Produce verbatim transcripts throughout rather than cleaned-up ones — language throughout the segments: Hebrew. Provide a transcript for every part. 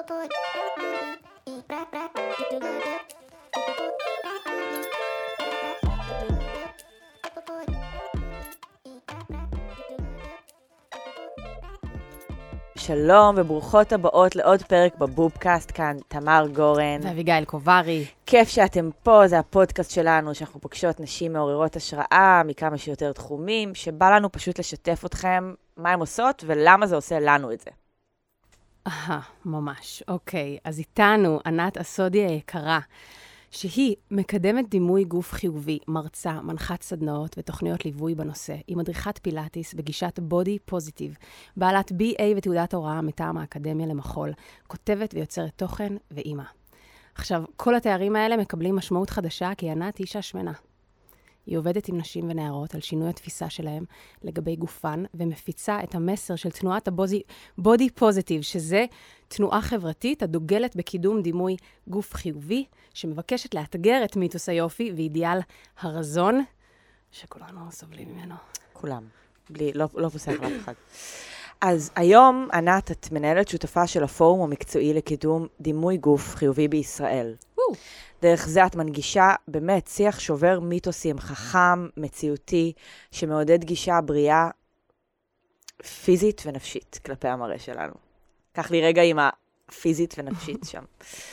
שלום וברוכות הבאות לעוד פרק בבובקאסט, כאן תמר גורן. ואביגיל קוברי. כיף שאתם פה, זה הפודקאסט שלנו, שאנחנו פוגשות נשים מעוררות השראה, מכמה שיותר תחומים, שבא לנו פשוט לשתף אתכם מה הם עושות ולמה זה עושה לנו את זה. אהה, ממש. אוקיי, אז איתנו ענת אסודי היקרה, שהיא מקדמת דימוי גוף חיובי, מרצה, מנחת סדנאות ותוכניות ליווי בנושא. היא מדריכת פילאטיס בגישת בודי פוזיטיב, בעלת בי איי ותעודת הוראה מטעם האקדמיה למחול, כותבת ויוצרת תוכן ואימא. עכשיו, כל התארים האלה מקבלים משמעות חדשה, כי ענת אישה שמנה. היא עובדת עם נשים ונערות על שינוי התפיסה שלהם לגבי גופן, ומפיצה את המסר של תנועת הבודי פוזיטיב, שזה תנועה חברתית הדוגלת בקידום דימוי גוף חיובי, שמבקשת לאתגר את מיתוס היופי ואידיאל הרזון, שכולנו סובלים ממנו. כולם, בלי, לא, לא פוסח לאף אחד. אז היום, ענת, את מנהלת שותפה של הפורום המקצועי לקידום דימוי גוף חיובי בישראל. וואו. דרך זה את מנגישה באמת שיח שובר מיתוסים, חכם, מציאותי, שמעודד גישה בריאה פיזית ונפשית כלפי המראה שלנו. קח לי רגע עם הפיזית ונפשית שם.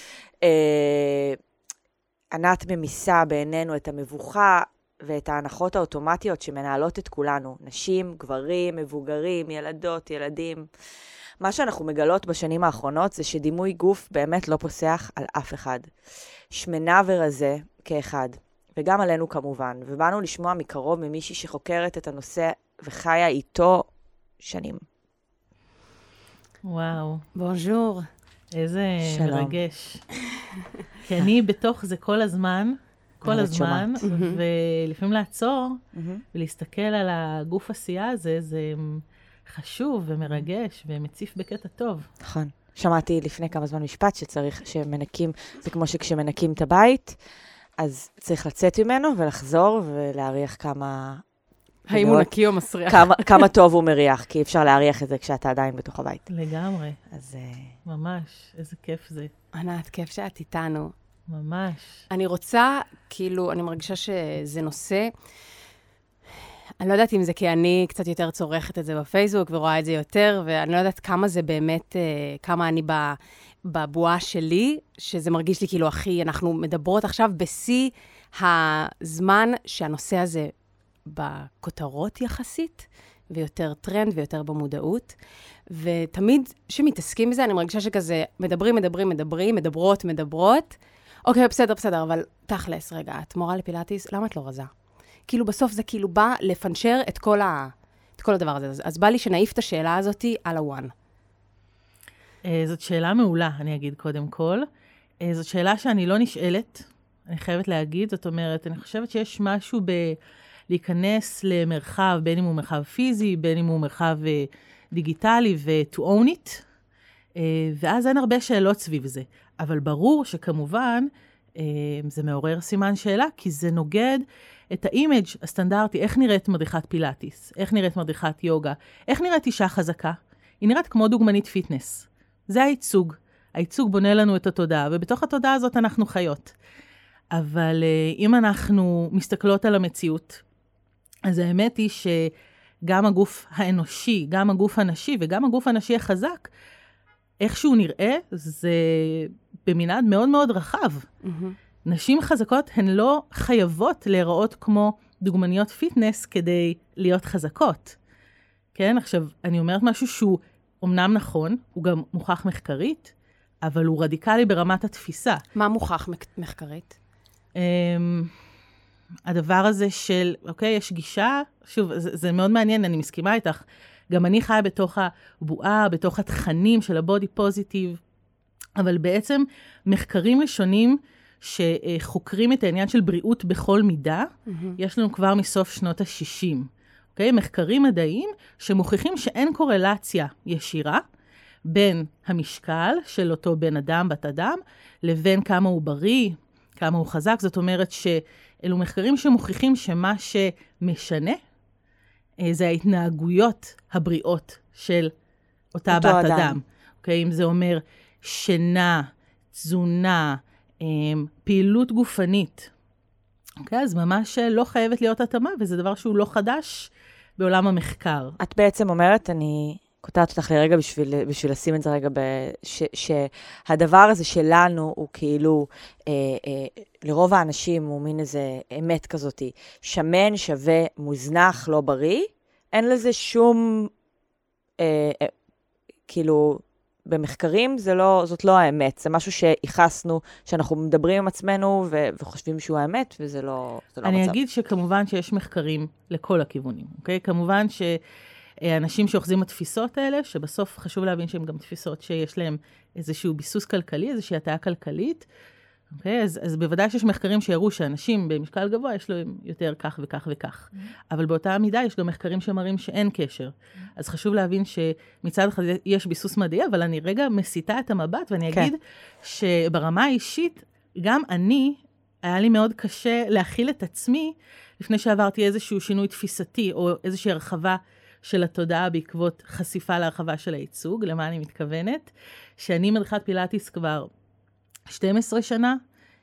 ענת ממיסה בעינינו את המבוכה ואת ההנחות האוטומטיות שמנהלות את כולנו. נשים, גברים, מבוגרים, ילדות, ילדים. מה שאנחנו מגלות בשנים האחרונות זה שדימוי גוף באמת לא פוסח על אף אחד. שמנה ורזה כאחד, וגם עלינו כמובן, ובאנו לשמוע מקרוב ממישהי שחוקרת את הנושא וחיה איתו שנים. וואו. בונז'ור. איזה מרגש. כי אני בתוך זה כל הזמן, כל הזמן, ולפעמים לעצור ולהסתכל על הגוף עשייה הזה, זה חשוב ומרגש ומציף בקטע טוב. נכון. שמעתי לפני כמה זמן משפט שצריך שמנקים, זה כמו שכשמנקים את הבית, אז צריך לצאת ממנו ולחזור ולהריח כמה... האם הוא נקי או מסריח? כמה, כמה טוב הוא מריח, כי אפשר להריח את זה כשאתה עדיין בתוך הבית. לגמרי. אז... ממש, איזה כיף זה. ענת, כיף שאת איתנו. ממש. אני רוצה, כאילו, אני מרגישה שזה נושא... אני לא יודעת אם זה כי אני קצת יותר צורכת את זה בפייסבוק ורואה את זה יותר, ואני לא יודעת כמה זה באמת, כמה אני בבועה שלי, שזה מרגיש לי כאילו, אחי, אנחנו מדברות עכשיו בשיא הזמן שהנושא הזה בכותרות יחסית, ויותר טרנד ויותר במודעות, ותמיד שמתעסקים בזה, אני מרגישה שכזה מדברים, מדברים, מדברים, מדברות, מדברות, אוקיי, בסדר, בסדר, אבל תכלס, רגע, את מורה לפילאטיס, למה את לא רזה? כאילו בסוף זה כאילו בא לפנשר את כל, ה... את כל הדבר הזה. אז בא לי שנעיף את השאלה הזאת על הוואן. זאת שאלה מעולה, אני אגיד קודם כל. זאת שאלה שאני לא נשאלת, אני חייבת להגיד. זאת אומרת, אני חושבת שיש משהו ב... להיכנס למרחב, בין אם הוא מרחב פיזי, בין אם הוא מרחב דיגיטלי, ו-to own it. ואז אין הרבה שאלות סביב זה. אבל ברור שכמובן, זה מעורר סימן שאלה, כי זה נוגד את האימג' הסטנדרטי, איך נראית מדריכת פילאטיס, איך נראית מדריכת יוגה, איך נראית אישה חזקה. היא נראית כמו דוגמנית פיטנס. זה הייצוג. הייצוג בונה לנו את התודעה, ובתוך התודעה הזאת אנחנו חיות. אבל אם אנחנו מסתכלות על המציאות, אז האמת היא שגם הגוף האנושי, גם הגוף הנשי וגם הגוף הנשי החזק, איך שהוא נראה, זה במנעד מאוד מאוד רחב. Mm-hmm. נשים חזקות הן לא חייבות להיראות כמו דוגמניות פיטנס כדי להיות חזקות. כן, עכשיו, אני אומרת משהו שהוא אומנם נכון, הוא גם מוכח מחקרית, אבל הוא רדיקלי ברמת התפיסה. מה מוכח מחקרית? Um, הדבר הזה של, אוקיי, יש גישה, שוב, זה, זה מאוד מעניין, אני מסכימה איתך, גם אני חיה בתוך הבועה, בתוך התכנים של הבודי פוזיטיב, אבל בעצם מחקרים ראשונים שחוקרים את העניין של בריאות בכל מידה, mm-hmm. יש לנו כבר מסוף שנות ה-שישים. אוקיי? מחקרים מדעיים שמוכיחים שאין קורלציה ישירה בין המשקל של אותו בן אדם, בת אדם, לבין כמה הוא בריא, כמה הוא חזק. זאת אומרת שאלו מחקרים שמוכיחים שמה שמשנה, זה ההתנהגויות הבריאות של אותה בת אדם. אדם. אוקיי? אם זה אומר שינה, תזונה, פעילות גופנית. אוקיי, אז ממש לא חייבת להיות התאמה, וזה דבר שהוא לא חדש בעולם המחקר. את בעצם אומרת, אני קוטעת אותך לרגע בשביל, בשביל לשים את זה רגע, ש, שהדבר הזה שלנו הוא כאילו, אה, אה, לרוב האנשים הוא מין איזה אמת כזאת, שמן, שווה, מוזנח, לא בריא, אין לזה שום, אה, אה, כאילו, במחקרים זה לא, זאת לא האמת, זה משהו שהיחסנו, שאנחנו מדברים עם עצמנו ו- וחושבים שהוא האמת, וזה לא, זה לא אני המצב. אגיד שכמובן שיש מחקרים לכל הכיוונים, אוקיי? כמובן שאנשים שאוחזים התפיסות האלה, שבסוף חשוב להבין שהן גם תפיסות שיש להן איזשהו ביסוס כלכלי, איזושהי הטעה כלכלית, אוקיי? אז, אז בוודאי שיש מחקרים שיראו שאנשים במשקל גבוה יש להם יותר כך וכך וכך. Mm-hmm. אבל באותה המידה יש גם מחקרים שמראים שאין קשר. Mm-hmm. אז חשוב להבין שמצד אחד יש ביסוס מדעי, אבל אני רגע מסיטה את המבט, ואני אגיד okay. שברמה האישית, גם אני, היה לי מאוד קשה להכיל את עצמי, לפני שעברתי איזשהו שינוי תפיסתי, או איזושהי הרחבה של התודעה בעקבות חשיפה להרחבה של הייצוג, למה אני מתכוונת, שאני מדריכת פילאטיס כבר שתים עשרה שנה,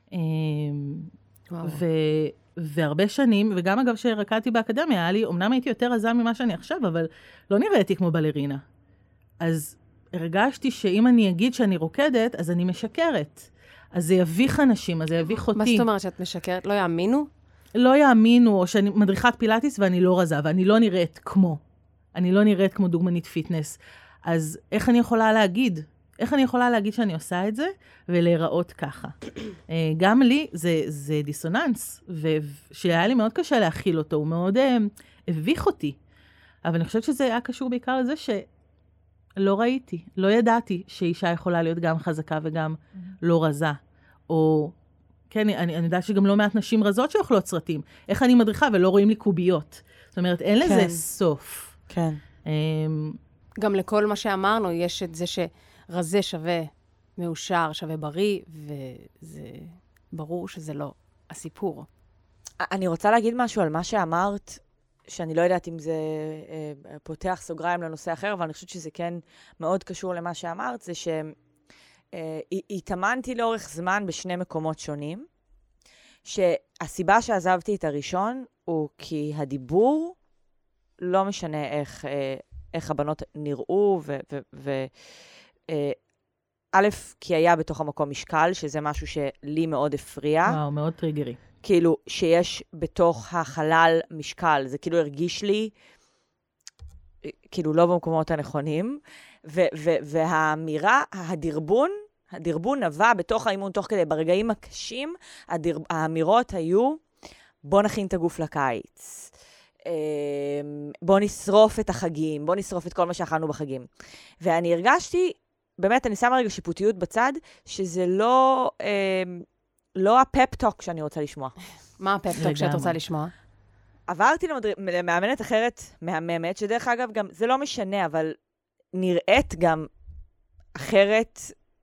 ו- והרבה שנים, וגם אגב שרקדתי באקדמיה, היה לי, אמנם הייתי יותר עזה ממה שאני עכשיו, אבל לא נראיתי כמו בלרינה. אז הרגשתי שאם אני אגיד שאני רוקדת, אז אני משקרת. אז זה יביך אנשים, אז זה יביך אותי. מה זאת אומרת שאת משקרת? לא יאמינו? לא יאמינו, או שאני מדריכת פילאטיס ואני לא רזה, ואני לא נראית כמו. אני לא נראית כמו דוגמנית פיטנס. אז איך אני יכולה להגיד? איך אני יכולה להגיד שאני עושה את זה, ולהיראות ככה? גם לי זה, זה דיסוננס, ושהיה לי מאוד קשה להכיל אותו, הוא מאוד uh, הביך אותי. אבל אני חושבת שזה היה קשור בעיקר לזה שלא ראיתי, לא ידעתי שאישה יכולה להיות גם חזקה וגם mm-hmm. לא רזה. או, כן, אני, אני יודעת שגם לא מעט נשים רזות שאוכלות סרטים. איך אני מדריכה ולא רואים לי קוביות? זאת אומרת, אין כן. לזה סוף. כן. Um, גם לכל מה שאמרנו, יש את זה ש... רזה שווה מאושר, שווה בריא, וזה ברור שזה לא הסיפור. אני רוצה להגיד משהו על מה שאמרת, שאני לא יודעת אם זה אה, פותח סוגריים לנושא אחר, אבל אני חושבת שזה כן מאוד קשור למה שאמרת, זה שהתאמנתי לאורך זמן בשני מקומות שונים, שהסיבה שעזבתי את הראשון הוא כי הדיבור לא משנה איך, אה, איך הבנות נראו, ו... ו, ו א', כי היה בתוך המקום משקל, שזה משהו שלי מאוד הפריע. וואו, מאוד טריגרי. כאילו, שיש בתוך החלל משקל, זה כאילו הרגיש לי, כאילו לא במקומות הנכונים, ו- ו- והאמירה, הדרבון, הדרבון נבע בתוך האימון, תוך כדי, ברגעים הקשים, הדרב, האמירות היו, בוא נכין את הגוף לקיץ. בוא נשרוף את החגים, בוא נשרוף את כל מה שאכלנו בחגים. ואני הרגשתי, באמת, אני שמה רגע שיפוטיות בצד, שזה לא, אה, לא הפפ-טוק שאני רוצה לשמוע. מה הפפ-טוק שאת רוצה לשמוע? עברתי למדר... למאמנת אחרת, מהממת, שדרך אגב גם, זה לא משנה, אבל נראית גם אחרת,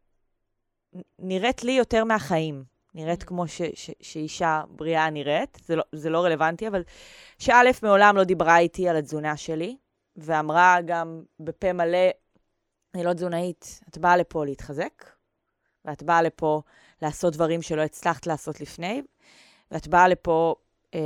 נראית לי יותר מהחיים. נראית כמו ש, ש, שאישה בריאה נראית, זה לא, זה לא רלוונטי, אבל שא' מעולם לא דיברה איתי על התזונה שלי, ואמרה גם בפה מלא, אני לא תזונאית, את באה לפה להתחזק, ואת באה לפה לעשות דברים שלא הצלחת לעשות לפני, ואת באה לפה אה,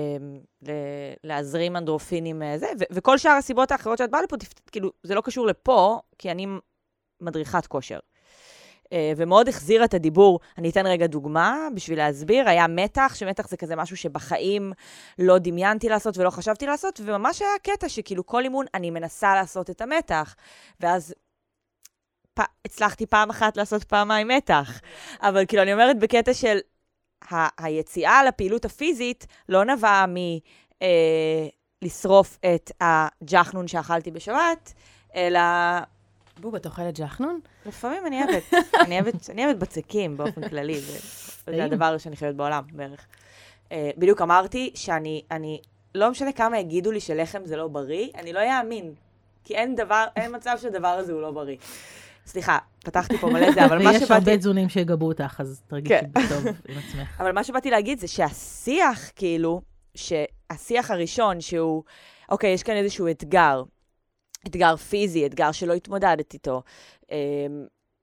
להזרים אנדרופינים זה, ו- וכל שאר הסיבות האחרות שאת באה לפה, כאילו, זה לא קשור לפה, כי אני מדריכת כושר. ומאוד החזירה את הדיבור. אני אתן רגע דוגמה בשביל להסביר. היה מתח, שמתח זה כזה משהו שבחיים לא דמיינתי לעשות ולא חשבתי לעשות, וממש היה קטע שכאילו כל אימון אני מנסה לעשות את המתח, ואז פ... הצלחתי פעם אחת לעשות פעמיים מתח. אבל כאילו אני אומרת בקטע של ה... היציאה לפעילות הפיזית לא נבעה מ... אה, לשרוף את הג'חנון שאכלתי בשבת, אלא... בוב, את אוכלת ג'חנון? לפעמים אני אוהבת. אני אוהבת, אני אוהבת בצקים באופן כללי. זה, זה הדבר שאני חייבת בעולם, בערך. Uh, בדיוק אמרתי שאני, אני, לא משנה כמה יגידו לי שלחם זה לא בריא, אני לא יאמין. כי אין דבר, אין מצב שהדבר הזה הוא לא בריא. סליחה, פתחתי פה מלא זה, אבל מה שבאתי... ויש הרבה תזונים שיגבו אותך, אז תרגישי בטוב עם עצמך. אבל מה שבאתי להגיד זה שהשיח, כאילו, שהשיח הראשון שהוא, אוקיי, יש כאן איזשהו אתגר, אתגר פיזי, אתגר שלא התמודדת איתו,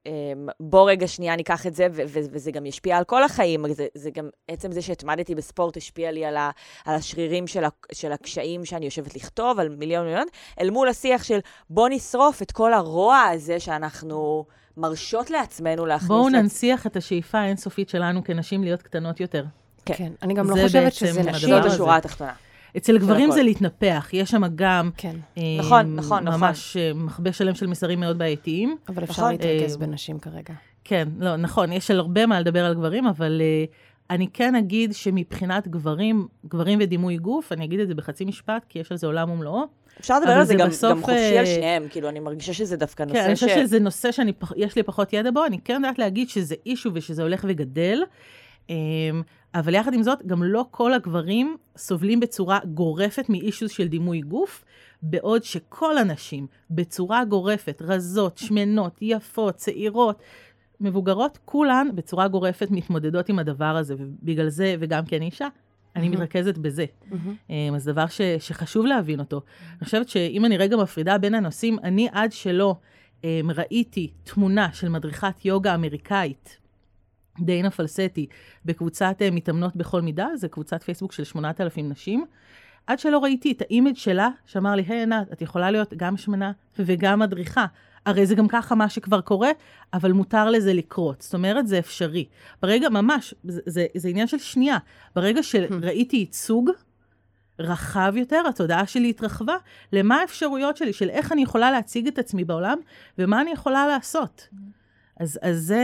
בוא רגע שנייה ניקח את זה, ו- ו- וזה גם ישפיע על כל החיים. זה, זה גם, עצם זה שהתמדתי בספורט, השפיע לי על, ה- על השרירים של, ה- של הקשיים שאני יושבת לכתוב, על מיליון מיליון, אל מול השיח של בוא נשרוף את כל הרוע הזה שאנחנו מרשות לעצמנו להכניס. בואו לצ... ננציח את השאיפה האינסופית שלנו כנשים להיות קטנות יותר. כן, כן. אני גם לא חושבת שזה נשים. זאת השורה התחתונה. אצל גברים זה להתנפח, יש שם גם כן. אה, נכון, נכון, ממש נכון. מחבא שלם של מסרים מאוד בעייתיים. אבל אפשר נכון. להתרכז אה, בנשים כרגע. כן, לא, נכון, יש הרבה מה לדבר על גברים, אבל אה, אני כן אגיד שמבחינת גברים, גברים ודימוי גוף, אני אגיד את זה בחצי משפט, כי יש על זה עולם ומלואו. אפשר לדבר על זה, זה גם, בסוף, גם חופשי אה, על שניהם, כאילו אני מרגישה שזה דווקא נושא ש... כן, אני חושבת שזה נושא שיש לי פחות ידע בו, אני כן יודעת להגיד שזה אישו ושזה הולך וגדל, אה, אבל יחד עם זאת, גם לא כל הגברים סובלים בצורה גורפת מאישוז של דימוי גוף, בעוד שכל הנשים בצורה גורפת, רזות, שמנות, יפות, צעירות, מבוגרות, כולן בצורה גורפת מתמודדות עם הדבר הזה, ובגלל זה, וגם כי אני אישה, אני מתרכזת בזה. אז דבר ש, שחשוב להבין אותו. אני חושבת שאם אני רגע מפרידה בין הנושאים, אני עד שלא ראיתי תמונה של מדריכת יוגה אמריקאית, דיינה פלסטי, בקבוצת מתאמנות בכל מידה, זה קבוצת פייסבוק של שמונת אלפים נשים, עד שלא ראיתי את האימג' שלה, שאמר לי, היי ענת, את יכולה להיות גם שמנה וגם מדריכה. הרי זה גם ככה מה שכבר קורה, אבל מותר לזה לקרות. זאת אומרת, זה אפשרי. ברגע, ממש, זה, זה, זה עניין של שנייה. ברגע שראיתי ייצוג רחב יותר, התודעה שלי התרחבה, למה האפשרויות שלי, של איך אני יכולה להציג את עצמי בעולם, ומה אני יכולה לעשות. אז, אז זה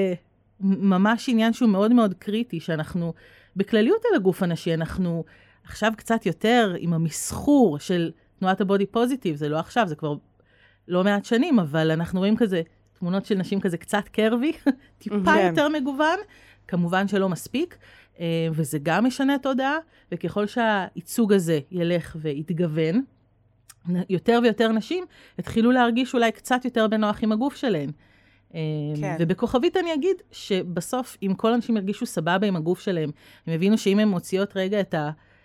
ממש עניין שהוא מאוד מאוד קריטי, שאנחנו, בכלליות על הגוף הנשי, אנחנו עכשיו קצת יותר עם המסחור של תנועת הבודי פוזיטיב, זה לא עכשיו, זה כבר לא מעט שנים, אבל אנחנו רואים כזה, תמונות של נשים כזה קצת קרבי, טיפה יותר מגוון, כמובן שלא מספיק, וזה גם משנה תודעה, וככל שהייצוג הזה ילך ויתגוון, יותר ויותר נשים התחילו להרגיש אולי קצת יותר בנוח עם הגוף שלהן. כן. ובכוכבית אני אגיד שבסוף, אם כל אנשים ירגישו סבבה עם הגוף שלהם, הם הבינו שאם הם מוציאות רגע את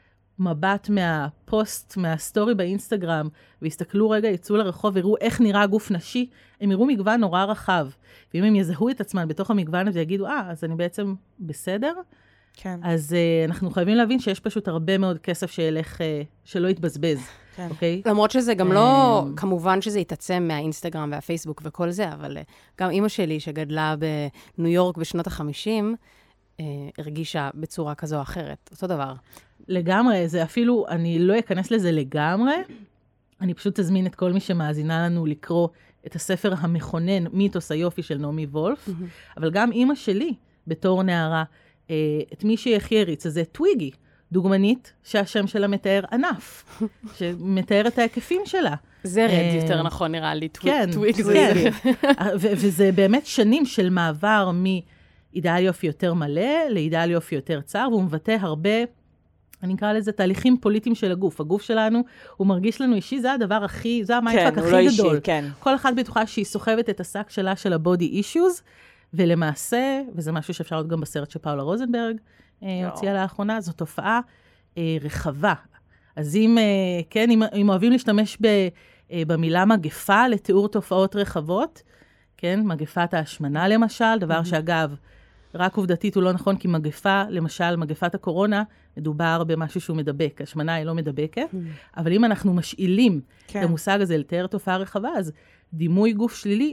המבט מהפוסט, מהסטורי באינסטגרם, והסתכלו רגע, יצאו לרחוב, ויראו איך נראה גוף נשי, הם יראו מגוון נורא רחב. ואם הם יזהו את עצמם בתוך המגוון הזה, יגידו, אה, אז אני בעצם בסדר? כן. אז uh, אנחנו חייבים להבין שיש פשוט הרבה מאוד כסף שילך, uh, שלא יתבזבז. כן. אוקיי? למרות שזה גם לא, כמובן שזה יתעצם מהאינסטגרם והפייסבוק וכל זה, אבל uh, גם אמא שלי שגדלה בניו יורק בשנות ה-חמישים, uh, הרגישה בצורה כזו או אחרת. אותו דבר. לגמרי, זה אפילו, אני לא אכנס לזה לגמרי, אני פשוט תזמין את כל מי שמאזינה לנו לקרוא את הספר המכונן, מיתוס היופי של נעמי וולף, אבל גם אמא שלי, בתור נערה, את מי שהכי הריץ, אז זה טוויגי, דוגמנית שהשם שלה מתאר ענף, שמתאר את ההיקפים שלה. זה רד יותר נכון נראה לי, טוויגי. כן, וזה באמת שנים של מעבר מאידאל יופי יותר מלא, לאידאל יופי יותר צר, והוא מבטא הרבה, אני אקרא לזה תהליכים פוליטיים של הגוף. הגוף שלנו, הוא מרגיש לנו אישי, זה הדבר הכי, זה המיינדפאק הכי לא גדול. אישי, כן. כל אחת בטוחה שהיא סוחבת את השק שלה של הבודי אישוז, ולמעשה, וזה משהו שאפשר לראות גם בסרט שפאולה רוזנברג הוציאה לאחרונה, זו תופעה אה, רחבה. אז אם, אה, כן, אם, אם אוהבים להשתמש ב, אה, במילה מגפה לתיאור תופעות רחבות, כן, מגפת ההשמנה למשל, דבר שאגב, רק עובדתית הוא לא נכון, כי מגפה, למשל, מגפת הקורונה, מדובר במשהו שהוא מדבק. השמנה היא לא מדבקת, אבל אם אנחנו משאילים את המושג הזה לתאר תופעה רחבה, אז דימוי גוף שלילי,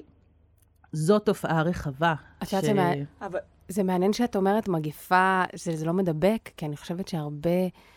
זו תופעה רחבה. את יודעת, זה מעניין שאת אומרת מגפה, זה לא מדבק, כי אני חושבת שהרבה,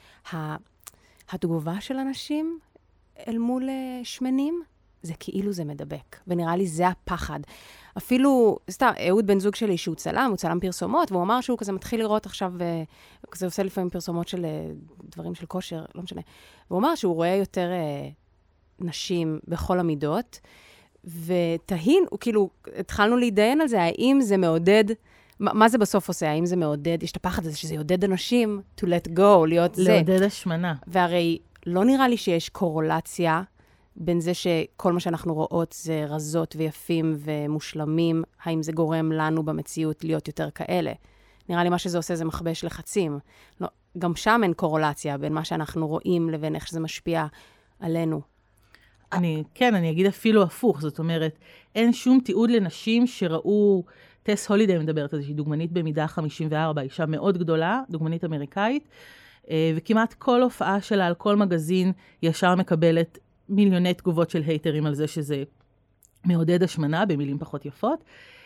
התגובה של אנשים אל מול שמנים, זה כאילו זה מדבק. ונראה לי זה הפחד. אפילו, סתם, אהוד בן זוג שלי שהוא צלם, הוא צלם פרסומות, והוא אמר שהוא כזה מתחיל לראות עכשיו, כזה עושה לפעמים פרסומות של דברים של כושר, לא משנה. והוא אמר שהוא רואה יותר נשים בכל המידות, ותהין, הוא כאילו, התחלנו להידיין על זה, האם זה מעודד, מה, מה זה בסוף עושה? האם זה מעודד, יש את הפחד הזה שזה יעודד אנשים to let go, להיות זה. לעודד השמנה. והרי לא נראה לי שיש קורולציה בין זה שכל מה שאנחנו רואות זה רזות ויפים ומושלמים, האם זה גורם לנו במציאות להיות יותר כאלה. נראה לי מה שזה עושה זה מכבש לחצים. לא, גם שם אין קורולציה בין מה שאנחנו רואים לבין איך שזה משפיע עלינו. אני, כן, אני אגיד אפילו הפוך. זאת אומרת, אין שום תיעוד לנשים שראו, טס הולידיי מדברת על זה, שהיא דוגמנית במידה חמישים וארבע, אישה מאוד גדולה, דוגמנית אמריקאית, וכמעט כל הופעה שלה על כל מגזין ישר מקבלת מיליוני תגובות של הייטרים על זה שזה מעודד השמנה, במילים פחות יפות.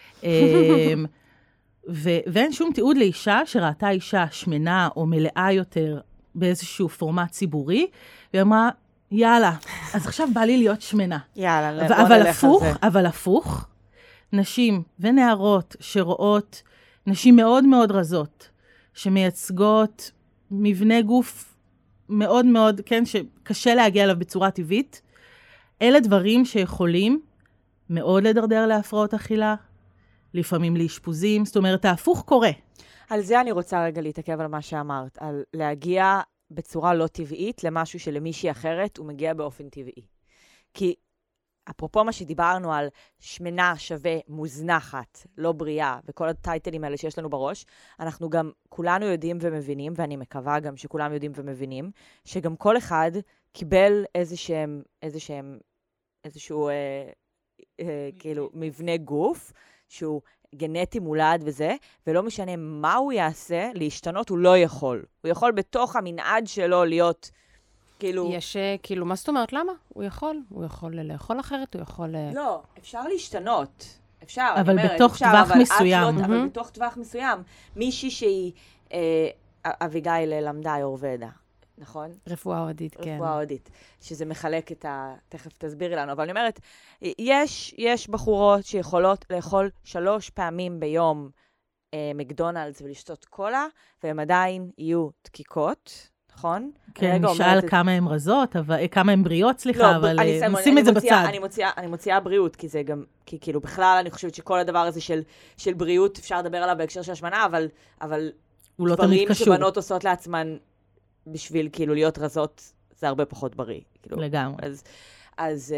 ו- ואין שום תיעוד לאישה שראתה אישה שמנה או מלאה יותר באיזשהו פורמט ציבורי, והיא אמרה, יאללה, אז עכשיו בא לי להיות שמנה. יאללה, בוא אבל נלך הפוך, על זה. אבל הפוך, נשים ונערות שרואות נשים מאוד מאוד רזות, שמייצגות מבנה גוף מאוד מאוד, כן, שקשה להגיע אליו בצורה טבעית, אלה דברים שיכולים מאוד לדרדר להפרעות אכילה, לפעמים לאשפוזים, זאת אומרת, ההפוך קורה. על זה אני רוצה רגע להתעכב על מה שאמרת, על להגיע בצורה לא טבעית למשהו שלמישהי אחרת הוא מגיע באופן טבעי. כי אפרופו מה שדיברנו על שמנה שווה מוזנחת, לא בריאה, וכל הטייטלים האלה שיש לנו בראש, אנחנו גם כולנו יודעים ומבינים, ואני מקווה גם שכולם יודעים ומבינים, שגם כל אחד קיבל איזשהם, איזשהם, איזשהו, אה, אה, כאילו, מבנה גוף, שהוא גנטי מולד וזה, ולא משנה מה הוא יעשה, להשתנות הוא לא יכול. הוא יכול בתוך המנעד שלו להיות, כאילו... יש, כאילו, מה זאת אומרת? למה? הוא יכול. הוא יכול לאכול אחרת, הוא יכול... לא, אפשר להשתנות. אפשר, אבל אומרת, בתוך אפשר, טווח אבל מסוים. לא, אבל בתוך טווח מסוים. מישהי שהיא, אה, אביגיל למדה יורבדה, נכון? רפואה הודית, כן. רפואה הודית, שזה מחלק את ה... תכף תסבירי לנו, אבל אני אומרת, יש, יש בחורות שיכולות לאכול שלוש פעמים ביום אה, מקדונלדס ולשתות קולה, והן עדיין יהיו דקיקות, נכון? כן, נשאל את... כמה הן רזות, אבל, כמה הן בריאות, סליחה, לא, אבל נשים את זה מוציאה, בצד. אני מוציאה, אני מוציאה בריאות, כי זה גם, כי כאילו בכלל אני חושבת שכל הדבר הזה של, של בריאות אפשר לדבר עליו בהקשר של השמנה, אבל, אבל לא דברים שבנות עושות לעצמן בשביל כאילו להיות רזות, זה הרבה פחות בריא. כאילו. לגמרי. אז, אז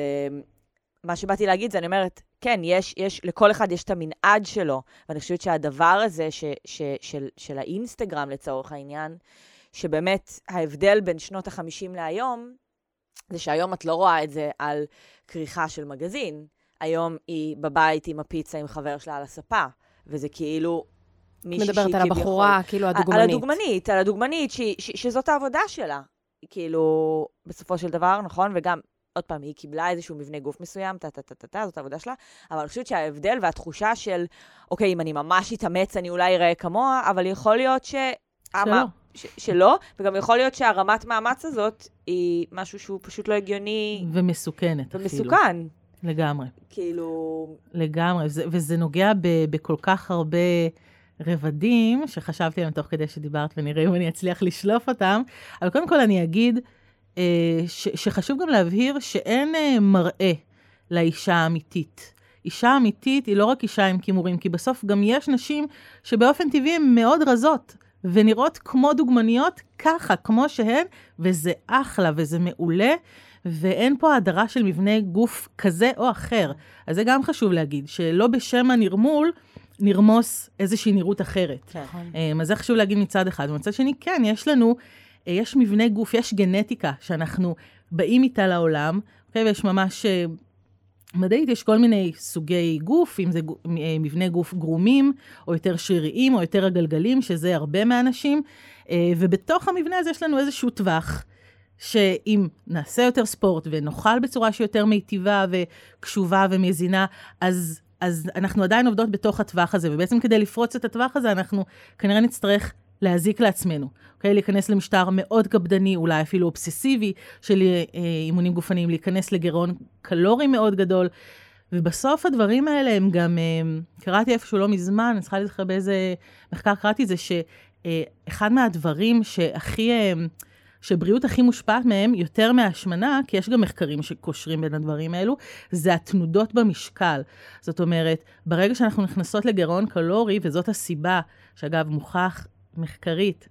מה שבאתי להגיד זה, אני אומרת, כן, יש, יש, לכל אחד יש את המנעד שלו, ואני חושבת שהדבר הזה ש, ש, של, של האינסטגרם לצורך העניין, שבאמת ההבדל בין שנות החמישים להיום, זה שהיום את לא רואה את זה על כריכה של מגזין. היום היא בבית עם הפיצה עם חבר שלה על הספה, וזה כאילו מישהי שהיא מדברת על הבחורה, כאילו הדוגמנית. על הדוגמנית, על הדוגמנית, ש, ש, שזאת העבודה שלה. כאילו, בסופו של דבר, נכון? וגם, עוד פעם, היא קיבלה איזשהו מבנה גוף מסוים, טה, טה, טה, טה, טה, זאת העבודה שלה, אבל אני חושבת שההבדל והתחושה של, אוקיי, אם אני ממש אתאמץ, אני אולי אראה כמוה, אבל יכול להיות ש... שלא. ש- שלא, וגם יכול להיות שהרמת מאמץ הזאת היא משהו שהוא פשוט לא הגיוני. ומסוכנת ומסוכן. אפילו. לגמרי. כאילו... לגמרי, וזה, וזה נוגע ב, בכל כך הרבה רבדים, שחשבתי עליהם תוך כדי שדיברת, ונראה אם אני אצליח לשלוף אותם. אבל קודם כל אני אגיד, אה, ש, שחשוב גם להבהיר שאין אה, מראה לאישה האמיתית. אישה אמיתית היא לא רק אישה עם כימורים, כי בסוף גם יש נשים שבאופן טבעי הן מאוד רזות, ונראות כמו דוגמניות ככה, כמו שהן, וזה אחלה וזה מעולה, ואין פה הדרה של מבנה גוף כזה או אחר. אז זה גם חשוב להגיד, שלא בשם הנרמול נרמוס איזושהי נראות אחרת. כן. אז זה חשוב להגיד מצד אחד. ומצד שני, כן, יש לנו, יש מבנה גוף, יש גנטיקה שאנחנו באים איתה לעולם, אוקיי? ויש ממש... מדעית, יש כל מיני סוגי גוף, אם זה מבנה גוף גרומים, או יותר שריריים, או יותר הגלגלים, שזה הרבה מהאנשים, ובתוך המבנה הזה יש לנו איזשהו טווח, שאם נעשה יותר ספורט, ונאכל בצורה שיותר מיטיבה, וקשובה ומזינה, אז, אז אנחנו עדיין עובדות בתוך הטווח הזה, ובעצם כדי לפרוץ את הטווח הזה, אנחנו כנראה נצטרך להזיק לעצמנו, אוקיי? להיכנס למשטר מאוד קפדני, אולי אפילו אובססיבי של אה, אימונים גופניים, להיכנס לגרעון קלורי מאוד גדול, ובסוף הדברים האלה הם גם, אה, קראתי איפשהו לא מזמן, אני צריכה לזכר באיזה מחקר קראתי את זה, שאחד מהדברים שהכי, אה, שבריאות הכי מושפעת מהם יותר מהשמנה, כי יש גם מחקרים שקושרים בין הדברים האלו, זה התנודות במשקל. זאת אומרת, ברגע שאנחנו נכנסות לגרעון קלורי, וזאת הסיבה, שאגב מוכח מחקרית,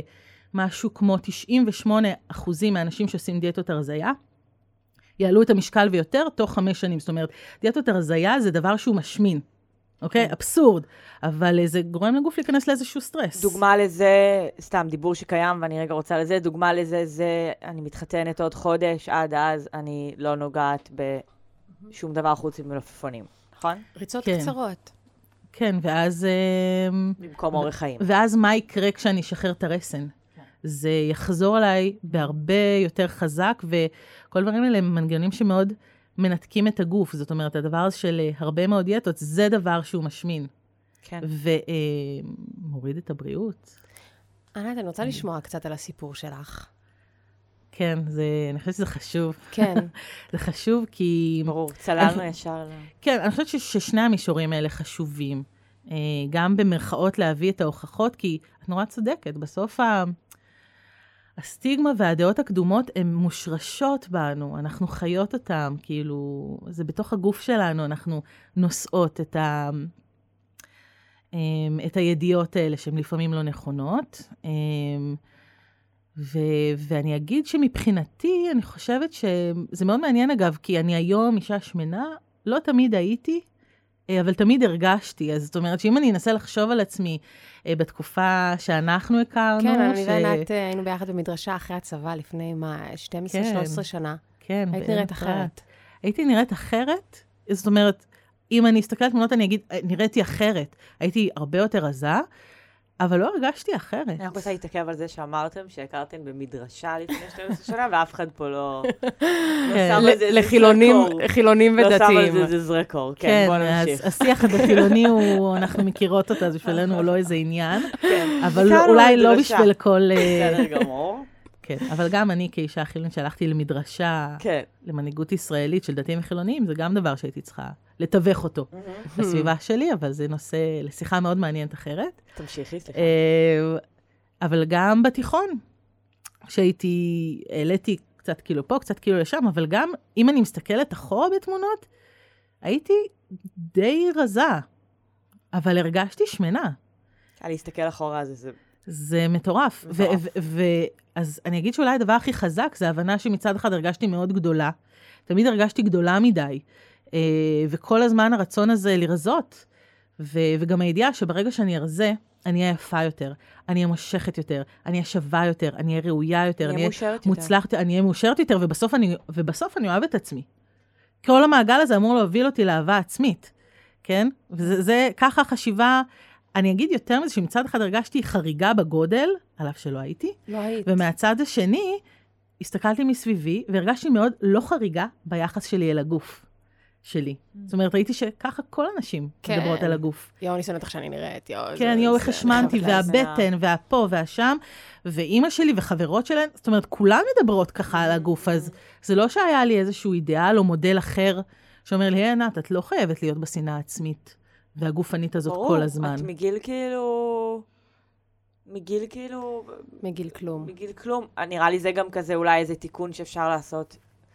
שמשהו כמו תשעים ושמונה אחוזים מהאנשים שעושים דיאטות הרזיה, יעלו את המשקל ויותר תוך חמש שנים. זאת אומרת, דיאטות הרזיה זה דבר שהוא משמין. אוקיי? אבסורד. אבל זה גורם לגוף להיכנס לאיזשהו סטרס. דוגמה לזה, סתם דיבור שקיים, ואני רגע רוצה לזה, דוגמה לזה זה, אני מתחתנת עוד חודש, עד אז אני לא נוגעת בשום דבר חוץ ממלפפונים, נכון? ריצות כן. קצרות. כן, ואז... במקום אורח חיים. ואז מה יקרה כשאני אשחרר את הרסן? זה יחזור עליי בהרבה יותר חזק, וכל דברים האלה הם מנגנונים שמאוד מנתקים את הגוף. זאת אומרת, הדבר הזה של הרבה מאוד דיאטות, זה דבר שהוא משמין. כן. ומוריד את הבריאות. ענת, אני רוצה לשמוע קצת על הסיפור שלך. כן, זה, אני חושבת שזה חשוב. כן. זה חשוב כי... ברור, צללנו ישר. כן, אני חושבת ששני המישורים האלה חשובים. גם במרכאות להביא את ההוכחות, כי את נורא צודקת. בסוף ה... הסטיגמה והדעות הקדומות הן מושרשות בנו, אנחנו חיות אותם, כאילו, זה בתוך הגוף שלנו, אנחנו נושאות את, ה, את הידיעות האלה שהן לפעמים לא נכונות. ו, ואני אגיד שמבחינתי, אני חושבת שזה מאוד מעניין אגב, כי אני היום אישה שמנה, לא תמיד הייתי, אבל תמיד הרגשתי. אז זאת אומרת שאם אני אנסה לחשוב על עצמי בתקופה שאנחנו הכרנו... כן, אני וענת היינו ביחד במדרשה אחרי הצבא לפני מה, שתים עשרה שלוש עשרה שנה. כן. היית נראית אחרת. הייתי נראית אחרת? זאת אומרת, אם אני אסתכל על תמונות, אני אגיד, נראיתי אחרת. הייתי הרבה יותר רזה, אבל לא הרגשתי אחרת. אני רוצה להתעכב על זה שאמרתם שהכרתם במדרשה לפני שתים עשרה שנה, ואף אחד פה לא שם על זה איזה זרקור. לחילונים ודתיים. לא שם על זה איזה זרקור, כן, בוא נמשיך. השיח הדתילוני הוא, אנחנו מכירות אותה, זה בשבילנו הוא לא איזה עניין, אבל אולי לא בשביל כל... בסדר גמור. כן, אבל גם אני כאישה חילונית שהלכתי למדרשה, למנהיגות ישראלית של דתיים וחילוניים, זה גם דבר שהייתי צריכה לתווך אותו בסביבה שלי, אבל זה נושא לשיחה מאוד מעניינת אחרת. תמשיכי, סליחה. אבל גם בתיכון, שהייתי, העליתי קצת כאילו פה, קצת כאילו לשם, אבל גם אם אני מסתכלת אחורה בתמונות, הייתי די רזה, אבל הרגשתי שמנה. להסתכל אחורה זה זה... זה מטורף. אז אני אגיד שאולי הדבר הכי חזק, זה ההבנה שמצד אחד הרגשתי מאוד גדולה. תמיד הרגשתי גדולה מדי. וכל הזמן הרצון הזה לרזות. וגם הידיעה שברגע שאני ארזה, אני אהיה יפה יותר, אני אהיה מושכת יותר, אני אהיה שווה יותר, אני אהיה ראויה יותר, אני אהיה מוצלחת, אני אהיה מאושרת יותר, ובסוף אני, ובסוף אני אוהב את עצמי. כל המעגל הזה אמור להוביל אותי לאהבה עצמית. כן? וזה זה, ככה חשיבה... אני אגיד יותר מזה שמצד אחד הרגשתי חריגה בגודל, על אף שלא הייתי. לא היית. ומהצד השני, הסתכלתי מסביבי, והרגשתי מאוד לא חריגה ביחס שלי אל הגוף שלי. זאת אומרת, ראיתי שככה כל הנשים מדברות על הגוף. יואו, אני שונאת איך שאני נראית. כן, יואו, איך השמנתי, והבטן, והפה, והשם, ואימא שלי וחברות שלהן, זאת אומרת, כולן מדברות ככה על הגוף, אז זה לא שהיה לי איזשהו אידיאל או מודל אחר, שאומר לי, היי, ענת, את לא חייבת להיות בשנאה עצמית. והגופנית הזאת ברור, כל הזמן. את מגיל כאילו... מגיל כאילו... מגיל כלום. מגיל כלום. נראה לי זה גם כזה אולי איזה תיקון שאפשר לעשות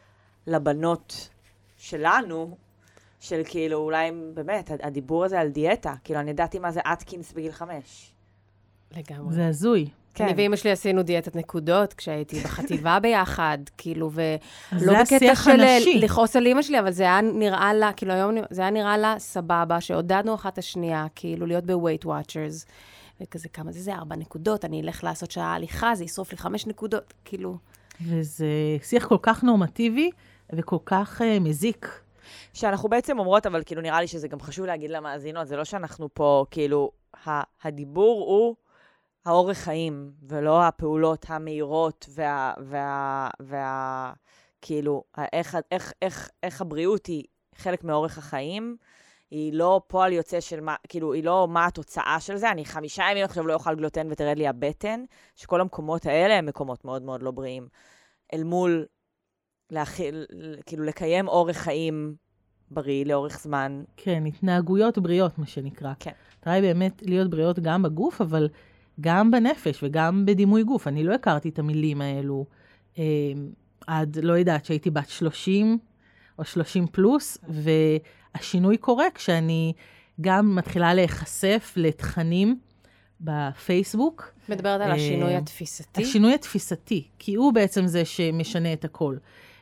לבנות שלנו, של כאילו אולי באמת, הדיבור הזה על דיאטה. כאילו אני ידעתי מה זה אטקינס בגיל חמש. לגמרי. זה הזוי. כן. אני ואמא שלי עשינו דיאטת נקודות, כשהייתי בחטיבה ביחד, כאילו, ולא בקטע של לכעוס על אמא שלי, אבל זה היה נראה לה, כאילו היום, זה היה נראה לה סבבה, שעודדנו אחת השנייה, כאילו, להיות ב-Weight Watchers, וכזה כמה זה, זה ארבע נקודות, אני אלך לעשות שעה הליכה, זה ישרוף לי חמש נקודות, כאילו. וזה שיח כל כך נורמטיבי, וכל כך uh, מזיק. שאנחנו בעצם אומרות, אבל כאילו נראה לי שזה גם חשוב להגיד למאזינות, זה לא שאנחנו פה, כאילו, הדיבור הוא, האורך חיים, ולא הפעולות המהירות, וה, וה, וה, כאילו, איך, איך, איך, איך הבריאות היא חלק מאורך החיים, היא לא פועל יוצא של מה, כאילו, היא לא מה התוצאה של זה, אני חמישה ימים עכשיו לא אוכל גלוטן ותרד לי הבטן, שכל המקומות האלה הם מקומות מאוד מאוד לא בריאים, אל מול, להכיל, כאילו, לקיים אורך חיים בריא לאורך זמן. כן, התנהגויות בריאות, מה שנקרא. כן. תראי באמת להיות בריאות גם בגוף, אבל גם בנפש וגם בדימוי גוף. אני לא הכרתי את המילים האלו אה, עד, לא יודעת, שהייתי בת שלושים או שלושים פלוס, והשינוי קורה כשאני גם מתחילה להיחשף לתכנים בפייסבוק. מדברת על השינוי התפיסתי? השינוי התפיסתי, כי הוא בעצם זה שמשנה את הכל.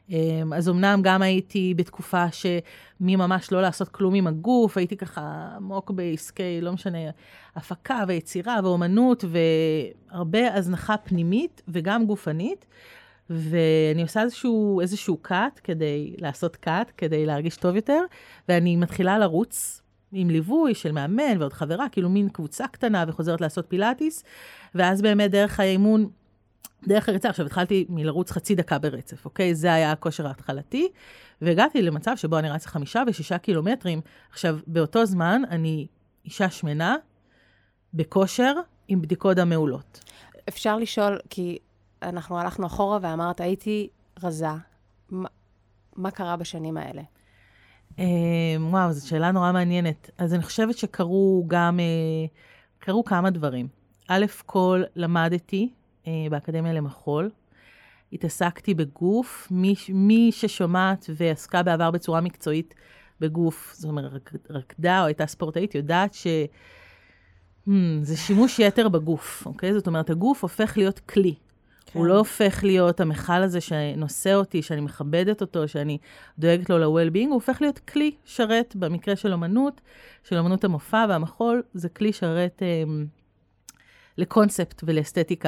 אז אמנם גם הייתי בתקופה שמי ממש לא לעשות כלום עם הגוף, הייתי ככה עמוק בעסקי, לא משנה, הפקה ויצירה ואומנות, והרבה הזנחה פנימית וגם גופנית, ואני עושה איזשהו, איזשהו קאט כדי לעשות קאט, כדי להרגיש טוב יותר, ואני מתחילה לרוץ עם ליווי של מאמן ועוד חברה, כאילו מין קבוצה קטנה וחוזרת לעשות פילאטיס, ואז באמת דרך האימון, דרך הריצה, עכשיו התחלתי מלרוץ חצי דקה ברצף, אוקיי? זה היה הכושר ההתחלתי, והגעתי למצב שבו אני רצה חמישה ושישה קילומטרים. עכשיו, באותו זמן אני אישה שמנה, בכושר, עם בדיקות דם מעולות. אפשר לשאול, כי אנחנו הלכנו אחורה ואמרת, הייתי רזה. מה, מה קרה בשנים האלה? אה, וואו, זו שאלה נורא מעניינת. אז אני חושבת שקרו גם, אה, קרו כמה דברים. א' כל, למדתי, באקדמיה למחול. התעסקתי בגוף, מי, מי ששומעת ועסקה בעבר בצורה מקצועית בגוף, זאת אומרת, רקדה או הייתה ספורטאית, יודעת ש... Hmm, זה שימוש יתר בגוף, אוקיי? זאת אומרת, הגוף הופך להיות כלי. כן. הוא לא הופך להיות המחל הזה שנושא אותי, שאני מכבדת אותו, שאני דואגת לו ל-well-being, הוא הופך להיות כלי שרת במקרה של אומנות, של אומנות המופע והמחול, זה כלי שרת אה, לקונספט ולאסתטיקה.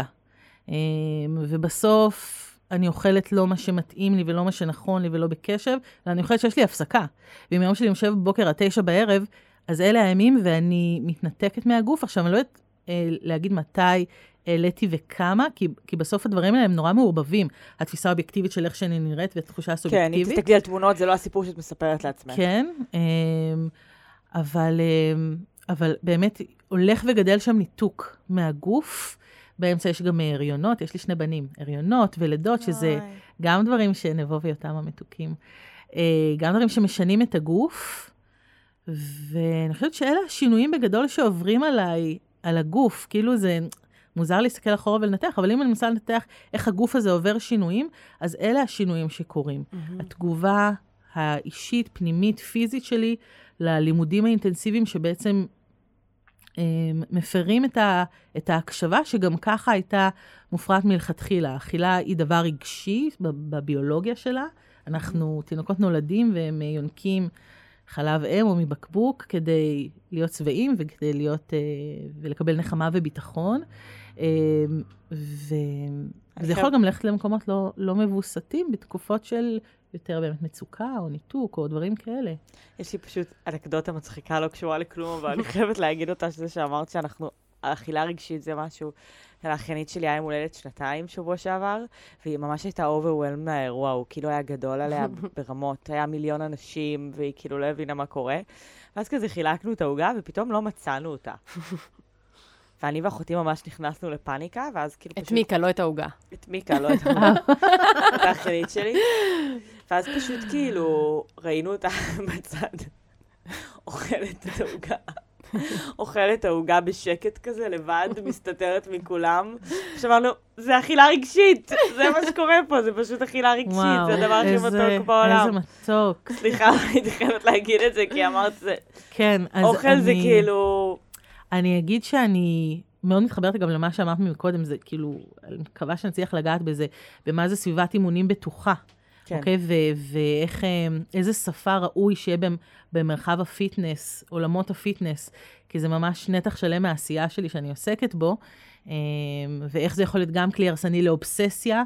ובסוף אני אוכלת לא מה שמתאים לי ולא מה שנכון לי ולא בקשב, ואני אוכלת שיש לי הפסקה. ואם היום שלי יושב בבוקר עד תשע בערב, אז אלה הימים ואני מתנתקת מהגוף. עכשיו אני לא יודעת אה, להגיד מתי העליתי וכמה, כי, כי בסוף הדברים האלה הם נורא מעורבבים. התפיסה האובייקטיבית של איך שאני נראית והתחושה הסובייקטיבית. כן, אם תסתכלי על תמונות, זה לא הסיפור שאת מספרת לעצמך. כן, אה, אבל, אה, אבל באמת הולך וגדל שם ניתוק מהגוף, באמצע יש גם הריונות, יש לי שני בנים, הריונות ולידות, שזה גם דברים שנבוא ויותם המתוקים. גם דברים שמשנים את הגוף, ואני חושבת שאלה השינויים בגדול שעוברים עליי, על הגוף, כאילו זה מוזר להסתכל אחורה ולנתח, אבל אם אני מנסה לנתח איך הגוף הזה עובר שינויים, אז אלה השינויים שקורים. התגובה האישית, פנימית, פיזית שלי, ללימודים האינטנסיביים שבעצם מפרים את, ה, את ההקשבה, שגם ככה הייתה מופרעת מלכתחילה. האכילה היא דבר רגשי בביולוגיה שלה. אנחנו תינוקות נולדים והם יונקים חלב אם או מבקבוק כדי להיות צבעים וכדי להיות, ולקבל נחמה וביטחון. וזה יכול גם ללכת למקומות לא, לא מבוסתים בתקופות של יותר באמת מצוקה או ניתוק או דברים כאלה. יש לי פשוט אנקדוטה מצחיקה, לא קשורה לכלום, אבל אני חייבת להגיד אותה שזה שאמרת שאנחנו, האכילה רגשית זה משהו, האחיינית שלי היה עם הולדת שנתיים שבוע שעבר, והיא ממש הייתה overwhelmed מהאירוע, הוא כאילו היה גדול עליה ברמות, היה מיליון אנשים, והיא כאילו לא הבינה מה קורה, ואז כזה חילקנו את העוגה, ופתאום לא מצאנו אותה. ואני ואחותי ממש נכנסנו לפאניקה, ואז כאילו פשוט... את מיקה, לא את העוגה. את מיקה, לא את העוגה. את האחיינית שלי. ואז פשוט כאילו ראינו אותה בצד, אוכלת את העוגה. אוכלת את העוגה בשקט כזה, לבד, מסתתרת מכולם. שאמרנו, זה אכילה רגשית, זה מה שקורה פה, זה פשוט אכילה רגשית, זה הדבר הכי מתוק בעולם. איזה מתוק. סליחה, הייתי חייבת להגיד את זה, כי אמרת, זה... כן, אז אוכל אני... זה כאילו... אני אגיד שאני מאוד מתחברת גם למה שאמרת מקודם, זה כאילו, אני מקווה שנצליח לגעת בזה, במה זה סביבת אימונים בטוחה. כן. אוקיי? ואיך, איזה שפה ראוי שיהיה במרחב הפיטנס, עולמות הפיטנס, כי זה ממש נתח שלם מהעשייה שלי שאני עוסקת בו, ואיך זה יכול להיות גם כלי הרסני לאובססיה,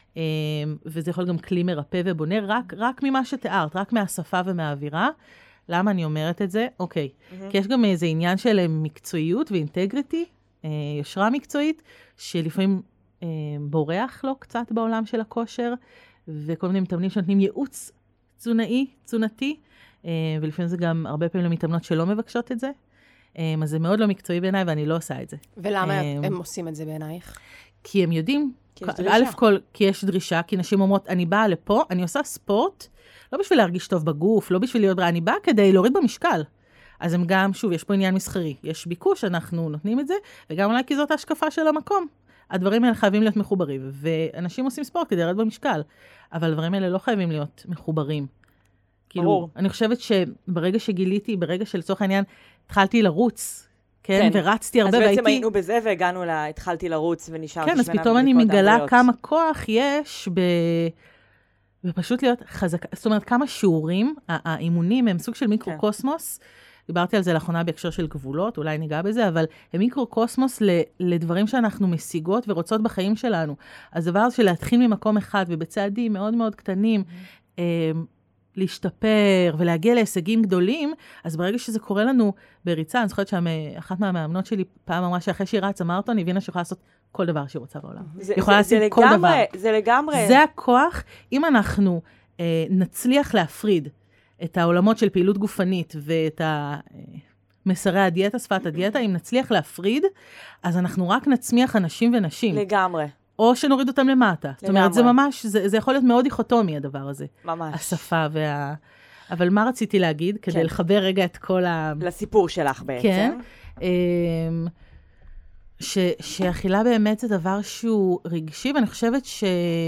וזה יכול גם כלי מרפא ובונה, רק, רק ממה שתיארת, רק מהשפה ומהאווירה. למה אני אומרת את זה? אוקיי. Mm-hmm. כי יש גם איזה עניין של מקצועיות ואינטגריטי, יושרה מקצועית, שלפעמים בורח לו קצת בעולם של הכושר, וכל מיני מתאמנים שנותנים ייעוץ תזונאי, תזונתי, ולפעמים זה גם הרבה פעמים למתאמנות שלא מבקשות את זה. אז זה מאוד לא מקצועי בעיניי, ואני לא עושה את זה. ולמה הם עושים את זה בעינייך? כי הם יודעים, א' כל, כי יש דרישה, כי נשים אומרות, אני באה לפה, אני עושה ספורט, לא בשביל להרגיש טוב בגוף, לא בשביל להיות בריאה, אני באה כדי להוריד במשקל. אז הם גם, שוב, יש פה עניין מסחרי. יש ביקוש, אנחנו נותנים את זה, וגם אולי כי זאת ההשקפה של המקום. הדברים האלה חייבים להיות מחוברים, ואנשים עושים ספורט כדי לרדת במשקל, אבל הדברים האלה לא חייבים להיות מחוברים. כאילו, אני חושבת שברגע שגיליתי, ברגע שלצורך העניין, התחלתי לרוץ, כן, כן. ורצתי הרבה, והייתי... אז בעצם היינו בזה, והגענו לה, התחלתי לרוץ, ונשארתי כן, אז פתאום אני מגלה כמה כוח יש ב... ופשוט להיות חזקה, זאת אומרת, כמה שיעורים, האימונים הם סוג של מיקרו-קוסמוס, דיברתי על זה לאחרונה בהקשר של גבולות, אולי ניגע בזה, אבל הם מיקרו-קוסמוס לדברים שאנחנו משיגות ורוצות בחיים שלנו. אז דבר של להתחיל ממקום אחד, ובצעדים מאוד מאוד קטנים, להשתפר ולהגיע להישגים גדולים, אז ברגע שזה קורה לנו בריצה, אני זוכרת שאחת מהמאמנות שלי פעם אמרה שאחרי שהיא רצה מרתון, היא הבינה שיכולה לעשות כל דבר שהיא רוצה בעולם. זה, יכולה זה, לעשות זה כל לגמרי, דבר. זה לגמרי. זה הכוח, אם אנחנו אה, נצליח להפריד את העולמות של פעילות גופנית ואת מסרי הדיאטה, שפת הדיאטה, אם נצליח להפריד, אז אנחנו רק נצמיח אנשים ונשים. לגמרי. או שנוריד אותם למטה. זאת אומרת, זה ממש, זה, זה יכול להיות מאוד דיכוטומי, הדבר הזה. ממש. השפה וה... אבל מה רציתי להגיד? כדי כן. לחבר רגע את כל ה... לסיפור שלך בעצם. כן. ש, שאכילה באמת זה דבר שהוא רגשי, ואני חושבת ש...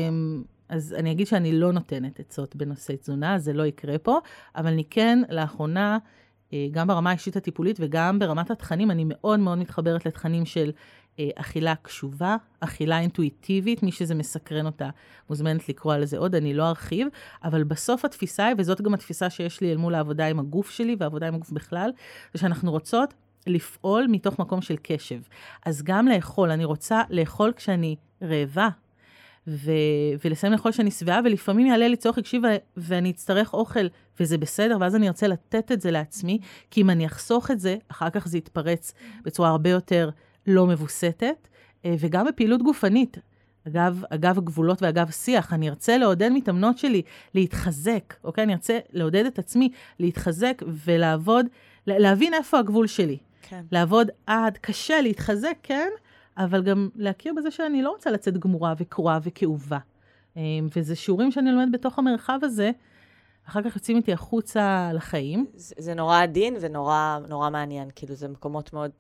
אז אני אגיד שאני לא נותנת עצות בנושא תזונה, זה לא יקרה פה, אבל אני כן, לאחרונה, גם ברמה האישית הטיפולית וגם ברמת התכנים, אני מאוד מאוד מתחברת לתכנים של אכילה קשובה, אכילה אינטואיטיבית, מי שזה מסקרן אותה, מוזמנת לקרוא על זה עוד, אני לא ארחיב, אבל בסוף התפיסה היא, וזאת גם התפיסה שיש לי אל מול העבודה עם הגוף שלי, והעבודה עם הגוף בכלל, זה שאנחנו רוצות לפעול מתוך מקום של קשב. אז גם לאכול, אני רוצה לאכול כשאני רעבה, ו- ולסיים לאכול שאני שבעה, ולפעמים יעלה לי צורך רגשי, ו- ואני אצטרך אוכל, וזה בסדר, ואז אני ארצה לתת את זה לעצמי, כי אם אני אחסוך את זה, אחר כך זה יתפרץ בצורה הרבה יותר לא מבוסתת, וגם בפעילות גופנית, אגב, אגב הגבולות ואגב שיח, אני ארצה לעודד מתאמנות שלי להתחזק, אוקיי? אני ארצה לעודד את עצמי להתחזק ולעבוד, להבין איפה הגבול שלי. כן. לעבוד עד, קשה להתחזק, כן? אבל גם להכיר בזה שאני לא רוצה לצאת גמורה וקרועה וכאובה. וזה שיעורים שאני לומד בתוך המרחב הזה, אחר כך יוצאים איתי החוצה לחיים. זה, זה נורא עדין ונורא נורא מעניין, כאילו זה מקומות מאוד...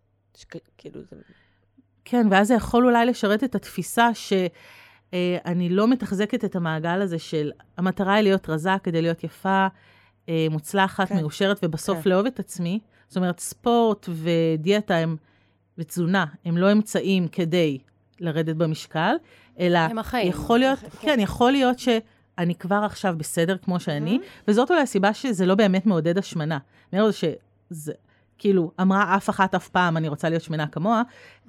כאילו זה... כן, ואז זה יכול אולי לשרת את התפיסה שאני לא מתחזקת את המעגל הזה של המטרה היא להיות רזה כדי להיות יפה, מוצלחת, כן. מאושרת, ובסוף כן. לאהוב את עצמי. זאת אומרת, ספורט ודיאטה הם, ותזונה, הם לא אמצעים כדי לרדת במשקל, אלא יכול להיות, כן, יכול להיות שאני כבר עכשיו בסדר כמו שאני, וזאת אולי הסיבה שזה לא באמת מעודד השמנה. מעוד שזה... כאילו, אמרה אף אחת אף פעם, אני רוצה להיות שמנה כמוה,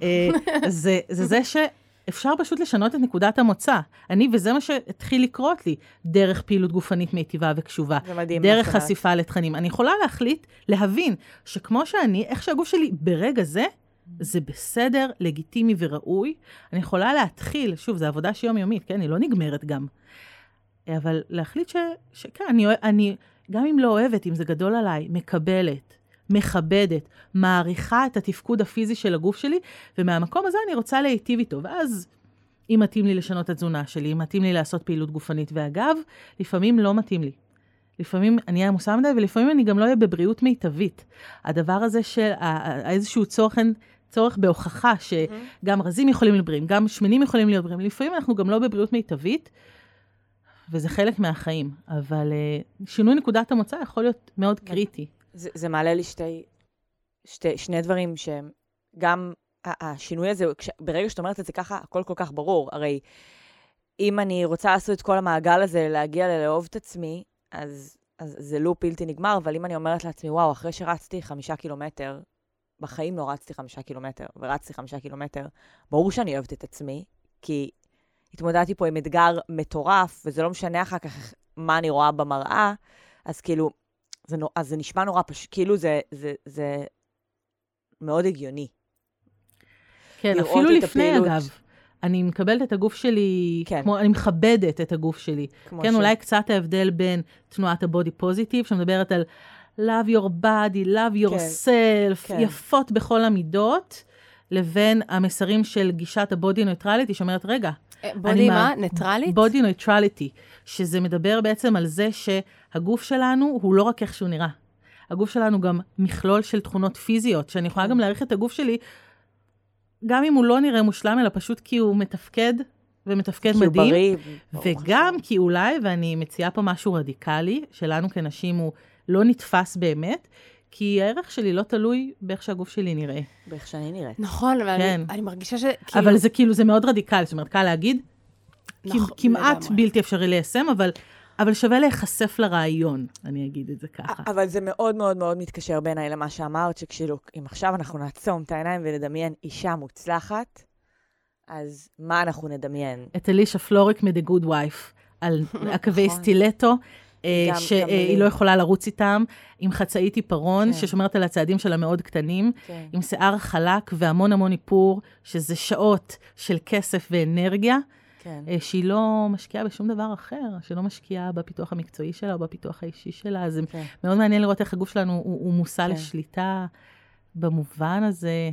זה, זה זה שאפשר פשוט לשנות את נקודת המוצא. אני, וזה מה שהתחיל לקרות לי, דרך פעילות גופנית מיטיבה וקשובה, דרך חשיפה לתכנים. אני יכולה להחליט, להבין, שכמו שאני, איך שהגוף שלי ברגע זה, זה בסדר, לגיטימי וראוי. אני יכולה להתחיל, שוב, זו עבודה שיומיומית, כן? היא לא נגמרת גם. אבל להחליט ש, שכן, אני, אני, גם אם לא אוהבת, אם זה גדול עליי, מקבלת, מכבדת, מעריכה את התפקוד הפיזי של הגוף שלי, ומהמקום הזה אני רוצה להיטיב איתו. ואז, אם מתאים לי לשנות את התזונה שלי, אם מתאים לי לעשות פעילות גופנית, ואגב, לפעמים לא מתאים לי. לפעמים אני אהיה עמוסה מדי, ולפעמים אני גם לא אהיה בבריאות מיטבית. הדבר הזה של איזשהו צורכן, צורך בהוכחה, שגם רזים יכולים להיות בריאים, גם שמנים יכולים להיות בריאים, לפעמים אנחנו גם לא בבריאות מיטבית, וזה חלק מהחיים. אבל שינוי נקודת המוצא יכול להיות מאוד קריטי. זה, זה מעלה לי שתי, שתי, שני דברים שהם, גם השינוי הזה, כש, ברגע שאת אומרת את זה ככה, הכל כל כך ברור. הרי אם אני רוצה לעשות את כל המעגל הזה, להגיע ללאהוב את עצמי, אז, אז זה לופ בלתי נגמר, אבל אם אני אומרת לעצמי, וואו, אחרי שרצתי חמישה קילומטר, בחיים לא רצתי חמישה קילומטר, ורצתי חמישה קילומטר, ברור שאני אוהבת את עצמי, כי התמודדתי פה עם אתגר מטורף, וזה לא משנה אחר כך מה אני רואה במראה, אז כאילו, זה, אז זה נשמע נורא פשוט, כאילו זה, זה, זה מאוד הגיוני. כן, אפילו לפני הפעילות. אגב. אני מקבלת את הגוף שלי, כן. כמו, אני מכבדת את הגוף שלי. כן, ש... אולי קצת ההבדל בין תנועת הבודי פוזיטיב, שמדברת על love your body, love yourself, כן. יפות בכל המידות, לבין המסרים של גישת הבודי נויטרליטי, שאומרת, רגע, בודי מה? ניטרלית? בודי נויטרליטי, שזה מדבר בעצם על זה שהגוף שלנו הוא לא רק איך שהוא נראה. הגוף שלנו גם מכלול של תכונות פיזיות, שאני יכולה גם להעריך את הגוף שלי, גם אם הוא לא נראה מושלם, אלא פשוט כי הוא מתפקד, ומתפקד מדהים. וגם כי אולי, ואני מציעה פה משהו רדיקלי, שלנו כנשים הוא לא נתפס באמת, כי הערך שלי לא תלוי באיך שהגוף שלי נראה. באיך שאני נראית. נכון, אבל כן. אני, אני מרגישה ש... אבל זה כאילו, זה מאוד רדיקלי, זאת אומרת, קל להגיד, נכון, כמעט לגמרי. בלתי אפשרי ליישם, אבל, אבל שווה להיחשף לרעיון, אני אגיד את זה ככה. אבל זה מאוד מאוד מאוד מתקשר בעיניי למה שאמרת, שכשאילו, אם עכשיו אנחנו נעצום את העיניים ונדמיין אישה מוצלחת, אז מה אנחנו נדמיין? את אלישה פלוריק מ-The Good Wife, על עקבי סטילטו, שהיא לא יכולה לרוץ איתם, עם חצאית עיפרון, ששומרת על הצעדים שלה מאוד קטנים, עם שיער חלק והמון המון איפור, שזה שעות של כסף ואנרגיה, שהיא לא משקיעה בשום דבר אחר, שלא משקיעה בפיתוח המקצועי שלה או בפיתוח האישי שלה. אז מאוד מעניין לראות איך הגוף שלנו הוא מושא לשליטה במובן הזה.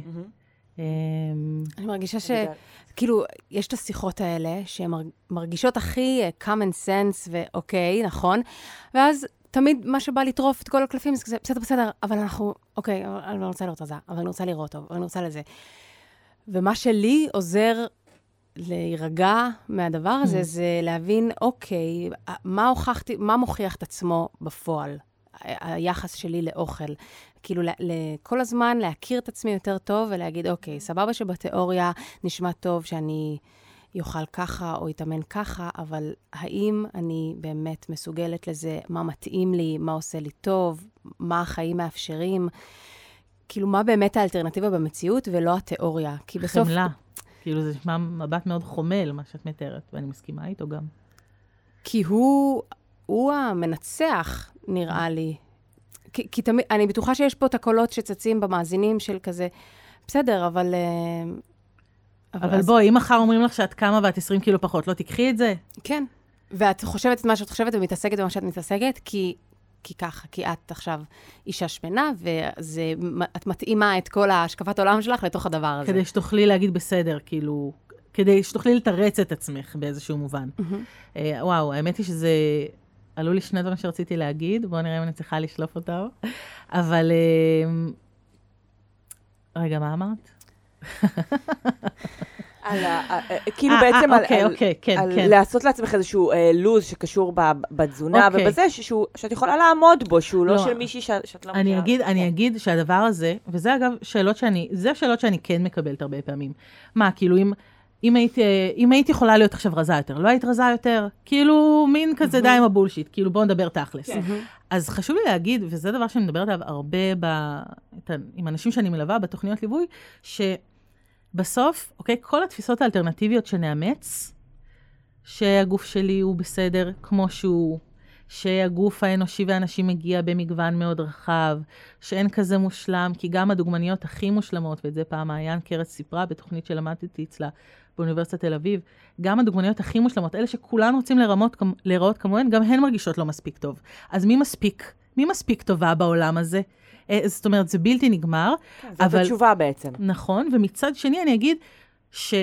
אני מרגישה שכאילו, יש את השיחות האלה, שהן מרגישות הכי common sense, ואוקיי, נכון, ואז תמיד מה שבא לטרוף את כל הקלפים, זה בסדר, בסדר, אבל אנחנו, אוקיי, אני לא רוצה לראות רזה, אבל אני רוצה לראות טוב, אבל אני רוצה לזה. ומה שלי עוזר להירגע מהדבר הזה, זה להבין, אוקיי, מה הוכחתי, מה מוכיח את עצמו בפועל, היחס שלי לאוכל. כאילו, כל הזמן להכיר את עצמי יותר טוב, ולהגיד, אוקיי, סבבה שבתיאוריה נשמע טוב שאני יאכל ככה, או יתאמן ככה, אבל האם אני באמת מסוגלת לזה, מה מתאים לי, מה עושה לי טוב, מה החיים מאפשרים, כאילו, מה באמת האלטרנטיבה במציאות, ולא התיאוריה. כי בסוף... חמלה. כאילו, זה נשמע מבט מאוד חומל, מה שאת מתארת, ואני מסכימה איתו גם. כי הוא, הוא המנצח, נראה לי. כי, כי תמיד, אני בטוחה שיש פה את הקולות שצצים במאזינים של כזה, בסדר, אבל... אבל, אבל אז... בואי, אם מחר אומרים לך שאת קמה ואת עשרים קילו פחות, לא תקחי את זה? כן. ואת חושבת את מה שאת חושבת ומתעסקת במה שאת מתעסקת, כי, כי ככה, כי את עכשיו אישה שמנה, ואת מתאימה את כל השקפת העולם שלך לתוך הדבר הזה. כדי שתוכלי להגיד בסדר, כאילו, כדי שתוכלי לתרץ את עצמך באיזשהו מובן. Mm-hmm. אה, וואו, האמת היא שזה... עלו לי שני דברים שרציתי להגיד, בואו נראה אם אני צריכה לשלוף אותם. אבל... רגע, מה אמרת? כאילו בעצם על לעשות לעצמך איזשהו לוז שקשור בתזונה, ובזה שאת יכולה לעמוד בו, שהוא לא של מישהי שאת לא מכירה. אני אגיד שהדבר הזה, וזה אגב שאלות שאני, זה שאלות שאני כן מקבלת הרבה פעמים. מה, כאילו אם... אם הייתי, אם הייתי יכולה להיות עכשיו רזה יותר, לא היית רזה יותר? כאילו, מין כזה די עם הבולשיט, כאילו בואו נדבר תכלס. אז חשוב לי להגיד, וזה דבר שאני מדברת עליו הרבה עם אנשים שאני מלווה בתוכניות ליווי, שבסוף, אוקיי, כל התפיסות האלטרנטיביות שנאמץ, שהגוף שלי הוא בסדר כמו שהוא, שהגוף האנושי והאנשי מגיע במגוון מאוד רחב, שאין כזה מושלם, כי גם הדוגמניות הכי מושלמות, ואת זה פעם מעיין קרץ סיפרה בתוכנית שלמדתי אצלה באוניברסיטת תל אביב, גם הדוגמניות הכי מושלמות, אלה שכולן רוצים לרמות, לראות כמוהן, גם הן מרגישות לא מספיק טוב. אז מי מספיק? מי מספיק טובה בעולם הזה? זאת אומרת, זה בלתי נגמר. כן, זאת אבל... התשובה בעצם. נכון, ומצד שני אני אגיד ש...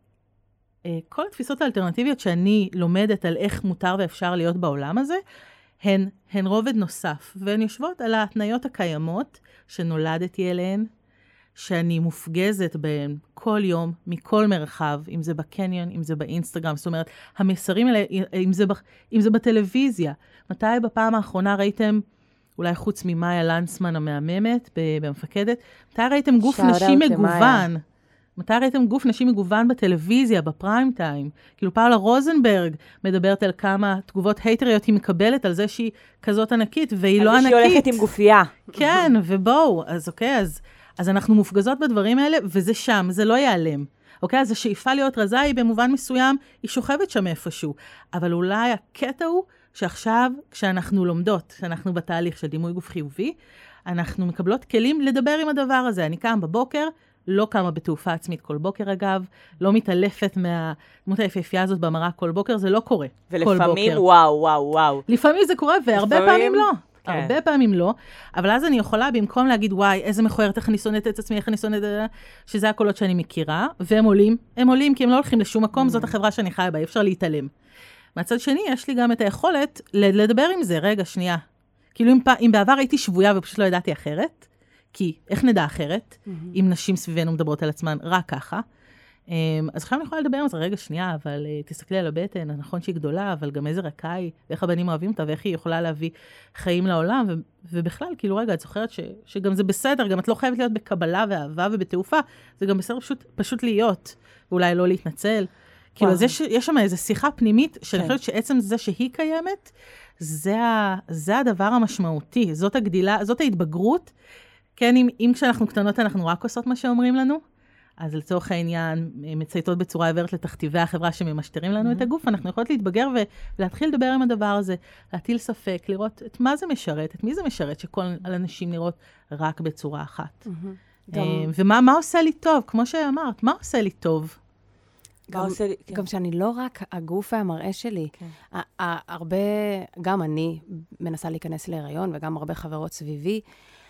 כל התפיסות האלטרנטיביות שאני לומדת על איך מותר ואפשר להיות בעולם הזה, הן, הן רובד נוסף, והן יושבות על ההתניות הקיימות שנולדתי אליהן, שאני מופגזת בהן כל יום, מכל מרחב, אם זה בקניון, אם זה באינסטגרם, זאת אומרת, המסרים האלה, אם זה, אם זה בטלוויזיה. מתי בפעם האחרונה ראיתם, אולי חוץ ממאיה לנסמן המהממת, במפקדת, מתי ראיתם גוף נשי מגוון? מתי ראיתם גוף נשי מגוון בטלוויזיה, בפריים טיים? כאילו פאולה רוזנברג מדברת על כמה תגובות הייטריות היא מקבלת על זה שהיא כזאת ענקית, והיא לא ענקית. על זה שהיא הולכת עם גופייה. כן, ובואו, אז אוקיי, אז, אז אנחנו מופגזות בדברים האלה, וזה שם, זה לא ייעלם. אוקיי, אז השאיפה להיות רזה היא במובן מסוים, היא שוכבת שם איפשהו. אבל אולי הקטע הוא שעכשיו, כשאנחנו לומדות, כשאנחנו בתהליך של דימוי גוף חיובי, אנחנו מקבלות כלים לדבר עם הדבר הזה. אני קם בבוקר, לא קמה בתעופה עצמית כל בוקר, אגב, לא מתעלפת מהדמות היפהפייה הזאת במראה כל בוקר, זה לא קורה כל בוקר. ולפעמים, וואו, וואו, וואו. לפעמים זה קורה, והרבה לפעמים, פעמים לא. כן. הרבה פעמים לא, אבל אז אני יכולה, במקום להגיד, וואי, איזה מכוערת, איך אני שונאת את עצמי, איך אני שונאת את זה, שזה הקולות שאני מכירה, והם עולים, הם עולים, כי הם לא הולכים לשום מקום, mm. זאת החברה שאני חיה בה, אי אפשר להתעלם. מהצד שני, יש לי גם את היכולת לדבר עם זה, רגע, שנייה. כאילו, אם, אם בעבר הייתי שבויה ופשוט לא ידעתי אחרת, כי איך נדע אחרת, mm-hmm. אם נשים סביבנו מדברות על עצמן רק ככה, אז עכשיו אני יכולה לדבר עם זה, רגע שנייה, אבל תסתכלי על הבטן, נכון שהיא גדולה, אבל גם איזה רכה היא, ואיך הבנים אוהבים אותה, ואיך היא יכולה להביא חיים לעולם, ו- ובכלל, כאילו רגע, את זוכרת ש- שגם זה בסדר, גם את לא חייבת להיות בקבלה ואהבה ובתעופה, זה גם בסדר פשוט, פשוט להיות, ואולי לא להתנצל, כאילו, יש, יש שם איזו שיחה פנימית, שאני חושבת שעצם זה שהיא קיימת, זה, ה, זה הדבר המשמעותי, זאת הגדילה, זאת ההתבגרות. כן, אם, אם כשאנחנו קטנות אנחנו רק עושות מה שאומרים לנו, אז לצורך העניין, מצייתות בצורה עברת לתכתיבי החברה שממשטרים לנו את הגוף, אנחנו יכולות להתבגר ולהתחיל לדבר עם הדבר הזה, להטיל ספק, לראות את מה זה משרת, את מי זה משרת, שכל האנשים נראות רק בצורה אחת. ומה מה עושה לי טוב? כמו שאמרת, מה עושה לי טוב? גם, גם שאני לא רק הגוף והמראה שלי, כן. הרבה, גם אני מנסה להיכנס להיריון, וגם הרבה חברות סביבי,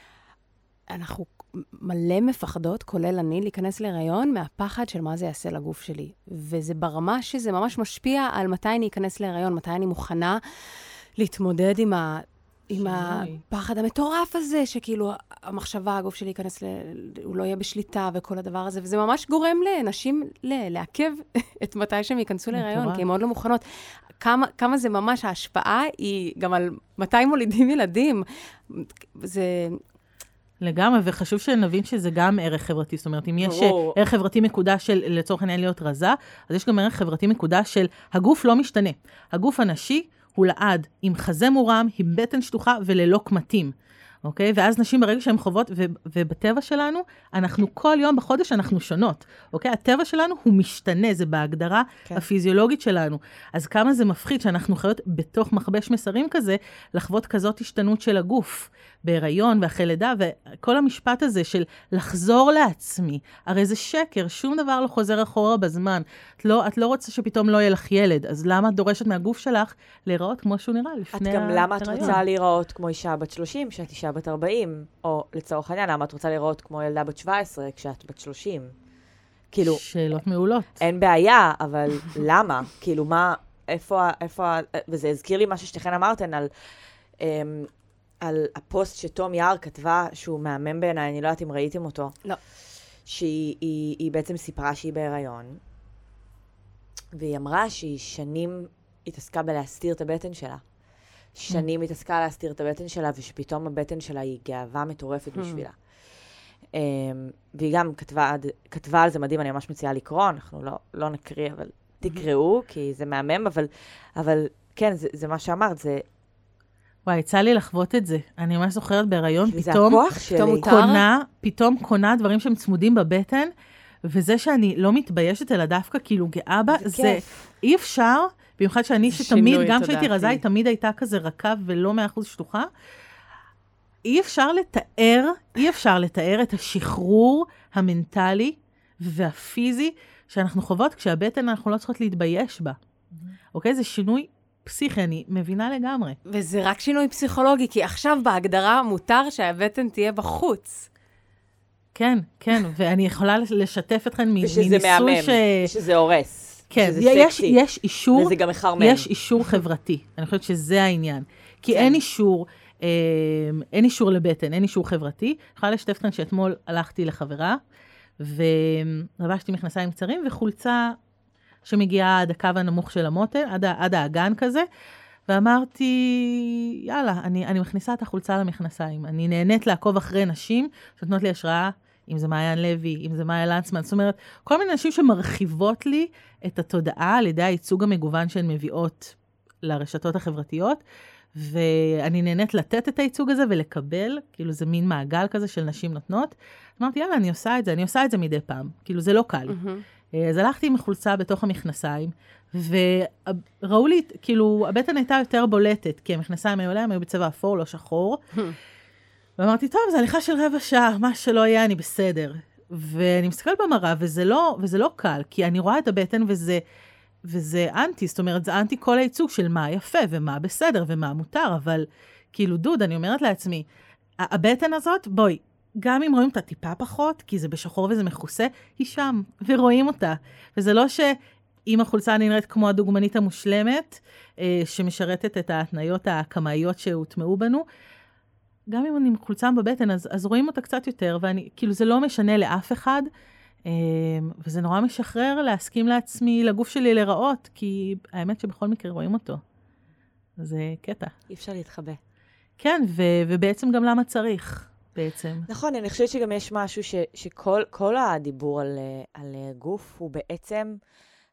אנחנו מלא מפחדות, כולל אני, להיכנס להיריון מהפחד של מה זה יעשה לגוף שלי. וזה ברמה שזה ממש משפיע על מתי אני אכנס להיריון, מתי אני מוכנה להתמודד עם ה... עם הפחד המטורף הזה, שכאילו המחשבה, הגוף שלי ייכנס, ל... הוא לא יהיה בשליטה וכל הדבר הזה, וזה ממש גורם לנשים ל... לעכב את מתי שהם ייכנסו להיריון, כי הן מאוד לא מוכנות. כמה, כמה זה ממש, ההשפעה היא גם על מתי מולידים ילדים. זה... לגמרי, וחשוב שנבין שזה גם ערך חברתי, זאת אומרת, אם יש ערך חברתי מקודש של, לצורך העניין להיות רזה, אז יש גם ערך חברתי מקודש של הגוף לא משתנה. הגוף הנשי הוא לעד, עם חזה מורם, עם בטן שטוחה וללא קמטים. אוקיי? ואז נשים ברגע שהן חוות, ו- ובטבע שלנו, אנחנו כל יום בחודש אנחנו שונות. אוקיי? הטבע שלנו הוא משתנה, זה בהגדרה כן. הפיזיולוגית שלנו. אז כמה זה מפחיד שאנחנו חיות בתוך מכבש מסרים כזה, לחוות כזאת השתנות של הגוף, בהיריון ואחרי לידה, וכל המשפט הזה של לחזור לעצמי, הרי זה שקר, שום דבר לא חוזר אחורה בזמן. את לא, את לא רוצה שפתאום לא יהיה לך ילד, אז למה את דורשת מהגוף שלך להיראות כמו שהוא נראה לפני ההיריון? את גם למה את רוצה להיראות כמו אישה בת שלושים, כשאת אישה בת ארבעים, או לצורך העניין, למה את רוצה לראות כמו ילדה בת שבע עשרה, כשאת בת שלושים? כאילו... שאלות מעולות. אין בעיה, אבל למה? כאילו, מה, איפה, איפה, וזה הזכיר לי מה ששתיכן אמרתן על, על הפוסט שתום יער כתבה, שהוא מהמם בעיניי, אני לא יודעת אם ראיתם אותו. לא. שהיא היא, היא בעצם סיפרה שהיא בהיריון, והיא אמרה שהיא שנים התעסקה בלהסתיר את הבטן שלה. שנים התעסקה להסתיר את הבטן שלה, ושפתאום הבטן שלה היא גאווה מטורפת בשבילה. והיא גם כתבה, כתבה על זה מדהים, אני ממש מציעה לקרוא, אנחנו לא, לא נקריא, אבל תקראו, כי זה מהמם, אבל, אבל כן, זה, זה מה שאמרת, זה... וואי, יצא לי לחוות את זה. אני ממש זוכרת בהיריון, פתאום... זה הכוח שלי. קונה, פתאום קונה דברים שהם צמודים בבטן, וזה שאני לא מתביישת, אלא דווקא כאילו גאה בה, זה, זה אי אפשר... במיוחד שאני שתמיד, גם כשהייתי רזה, היא תמיד הייתה כזה רכה ולא מאה אחוז שטוחה. אי אפשר לתאר, אי אפשר לתאר את השחרור המנטלי והפיזי שאנחנו חוות כשהבטן אנחנו לא צריכות להתבייש בה. אוקיי? זה שינוי פסיכי, אני מבינה לגמרי. וזה רק שינוי פסיכולוגי, כי עכשיו בהגדרה מותר שהבטן תהיה בחוץ. כן, כן, ואני יכולה לשתף אתכן מניסוי ש... ושזה מהמם, שזה הורס. כן, יש, יש אישור, וזה גם מחרמן. יש אישור חברתי. אני חושבת שזה העניין. כי כן. אין אישור, אה, אין אישור לבטן, אין אישור חברתי. אני יכולה לשתף כאן שאתמול הלכתי לחברה, ולבשתי מכנסיים קצרים, וחולצה שמגיעה עד הקו הנמוך של המותן, עד, עד האגן כזה, ואמרתי, יאללה, אני, אני מכניסה את החולצה למכנסיים. אני נהנית לעקוב אחרי נשים, שנותנות לי השראה, אם זה מעיין לוי, אם זה מאיה לנצמן, זאת אומרת, כל מיני נשים שמרחיבות לי את התודעה על ידי הייצוג המגוון שהן מביאות לרשתות החברתיות, ואני נהנית לתת את הייצוג הזה ולקבל, כאילו זה מין מעגל כזה של נשים נותנות. אמרתי, יאללה, אני עושה את זה, אני עושה את זה מדי פעם, כאילו זה לא קל. Mm-hmm. אז הלכתי עם החולצה בתוך המכנסיים, וראו לי, כאילו, הבטן הייתה יותר בולטת, כי המכנסיים היו להם, היו בצבע אפור, לא שחור, ואמרתי, טוב, זה הליכה של רבע שעה, מה שלא יהיה, אני בסדר. ואני מסתכלת במראה, וזה לא, וזה לא קל, כי אני רואה את הבטן, וזה, וזה אנטי, זאת אומרת, זה אנטי כל הייצוג של מה יפה, ומה בסדר, ומה מותר, אבל כאילו, דוד, אני אומרת לעצמי, הבטן הזאת, בואי, גם אם רואים אותה טיפה פחות, כי זה בשחור וזה מכוסה, היא שם, ורואים אותה. וזה לא שאם החולצה נראית כמו הדוגמנית המושלמת, שמשרתת את ההתניות הקמאיות שהוטמעו בנו, גם אם אני חולצה בבטן, אז, אז רואים אותה קצת יותר, ואני, כאילו זה לא משנה לאף אחד, וזה נורא משחרר להסכים לעצמי, לגוף שלי לראות, כי האמת שבכל מקרה רואים אותו. זה קטע. אי אפשר להתחבא. כן, ו, ובעצם גם למה צריך, בעצם. נכון, אני חושבת שגם יש משהו ש, שכל כל הדיבור על, על גוף הוא בעצם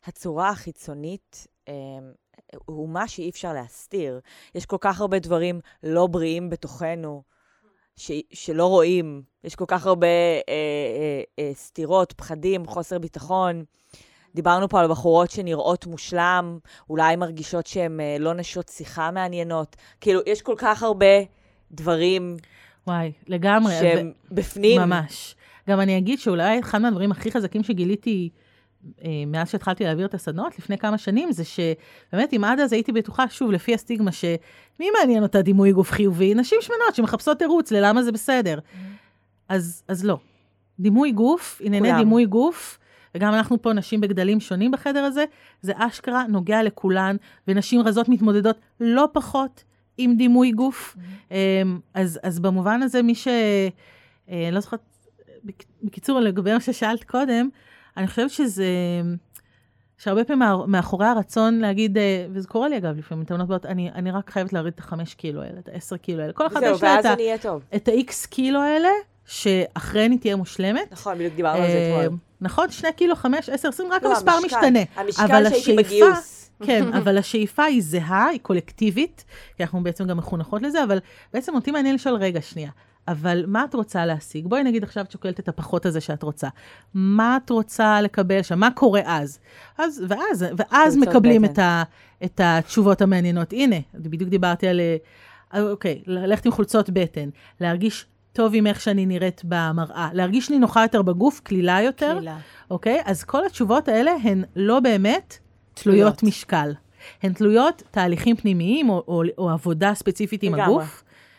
הצורה החיצונית אה, הוא מה שאי אפשר להסתיר. יש כל כך הרבה דברים לא בריאים בתוכנו, ש, שלא רואים. יש כל כך הרבה אה, אה, אה, סתירות, פחדים, חוסר ביטחון. דיברנו פה על בחורות שנראות מושלם, אולי מרגישות שהן אה, לא נשות שיחה מעניינות. כאילו, יש כל כך הרבה דברים... וואי, לגמרי. שהם ו... בפנים. ממש. גם אני אגיד שאולי אחד מהדברים הכי חזקים שגיליתי אה, מאז שהתחלתי להעביר את הסדנות, לפני כמה שנים, זה שבאמת, אם עד אז הייתי בטוחה, שוב, לפי הסטיגמה, שמי מעניין אותה דימוי גוף חיובי? נשים שמנות שמחפשות תירוץ ללמה זה בסדר. Mm-hmm. אז, אז לא. דימוי גוף, ענייני דימוי גוף, וגם אנחנו פה נשים בגדלים שונים בחדר הזה, זה אשכרה נוגע לכולן, ונשים רזות מתמודדות לא פחות עם דימוי גוף. Mm-hmm. אז, אז במובן הזה, מי ש... לא זוכרת, בקיצור, לגבי מה ששאלת קודם, אני חושבת שזה... שהרבה פעמים מאחורי הרצון להגיד, וזה קורה לי אגב, לפעמים, תמונות באות, אני, אני רק חייבת להוריד את החמש קילו האלה, את העשר קילו האלה. כל אחד יש לה את, את ה-X קילו האלה, שאחרי אני תהיה מושלמת. נכון, בדיוק דיברנו על זה אתמול. נכון, שני קילו, חמש, עשר, עשרים, רק המספר משתנה. המשקל שהייתי בגיוס. כן, אבל השאיפה היא זהה, היא קולקטיבית, כי אנחנו בעצם גם מחונכות לזה, אבל בעצם אותי מעניין לשאול רגע שנייה. אבל מה את רוצה להשיג? בואי נגיד עכשיו את שוקלת את הפחות הזה שאת רוצה. מה את רוצה לקבל שם? מה קורה אז? אז ואז, ואז מקבלים את, ה, את התשובות המעניינות. הנה, בדיוק דיברתי על, אוקיי, ללכת עם חולצות בטן, להרגיש טוב עם איך שאני נראית במראה, להרגיש לי נוחה יותר בגוף, כלילה יותר. כלילה. אוקיי? אז כל התשובות האלה הן לא באמת תלויות, תלויות משקל. הן תלויות תהליכים פנימיים או, או, או עבודה ספציפית עם הגוף.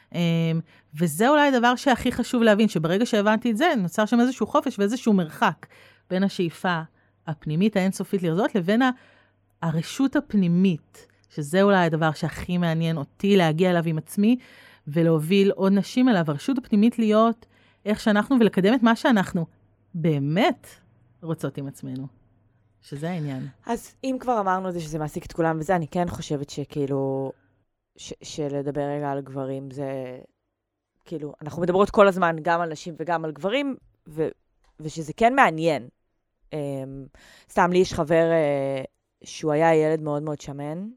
וזה אולי הדבר שהכי חשוב להבין, שברגע שהבנתי את זה, נוצר שם איזשהו חופש ואיזשהו מרחק בין השאיפה הפנימית האינסופית לרזות, לבין הרשות הפנימית, שזה אולי הדבר שהכי מעניין אותי להגיע אליו עם עצמי, ולהוביל עוד נשים אליו. הרשות הפנימית להיות איך שאנחנו, ולקדם את מה שאנחנו באמת רוצות עם עצמנו. שזה העניין. אז אם כבר אמרנו את זה שזה מעסיק את כולם וזה, אני כן חושבת שכאילו, ש- שלדבר רגע על גברים זה... כאילו, אנחנו מדברות כל הזמן גם על נשים וגם על גברים, ו- ושזה כן מעניין. Um, סתם לי יש חבר uh, שהוא היה ילד מאוד מאוד שמן,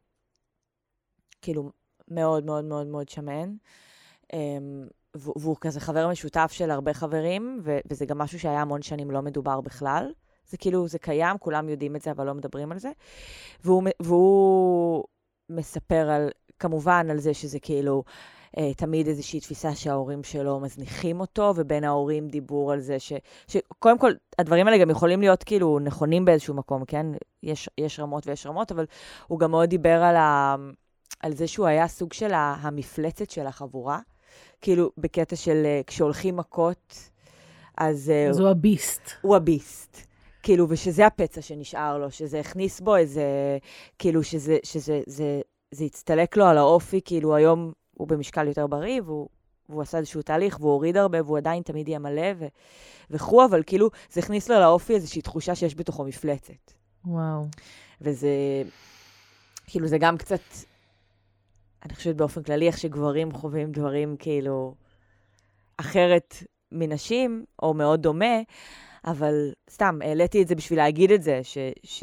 כאילו מאוד מאוד מאוד מאוד שמן, um, והוא כזה חבר משותף של הרבה חברים, ו- וזה גם משהו שהיה המון שנים לא מדובר בכלל. זה כאילו, זה קיים, כולם יודעים את זה, אבל לא מדברים על זה. והוא, והוא מספר על, כמובן על זה שזה כאילו, אה, תמיד איזושהי תפיסה שההורים שלו מזניחים אותו, ובין ההורים דיבור על זה ש... שקודם כל, הדברים האלה גם יכולים להיות כאילו נכונים באיזשהו מקום, כן? יש, יש רמות ויש רמות, אבל הוא גם מאוד דיבר על, ה, על זה שהוא היה סוג של המפלצת של החבורה, כאילו בקטע של כשהולכים מכות, אז... אז הוא הביסט. הוא הביסט. כאילו, ושזה הפצע שנשאר לו, שזה הכניס בו איזה, כאילו, שזה, שזה, זה, זה הצטלק לו על האופי, כאילו, היום הוא במשקל יותר בריא, והוא, והוא עשה איזשהו תהליך, והוא הוריד הרבה, והוא עדיין תמיד יהיה מלא, ו, וכו', אבל כאילו, זה הכניס לו על האופי איזושהי תחושה שיש בתוכו מפלצת. וואו. וזה, כאילו, זה גם קצת, אני חושבת באופן כללי, איך שגברים חווים דברים, כאילו, אחרת מנשים, או מאוד דומה, אבל סתם, העליתי את זה בשביל להגיד את זה, ש, ש,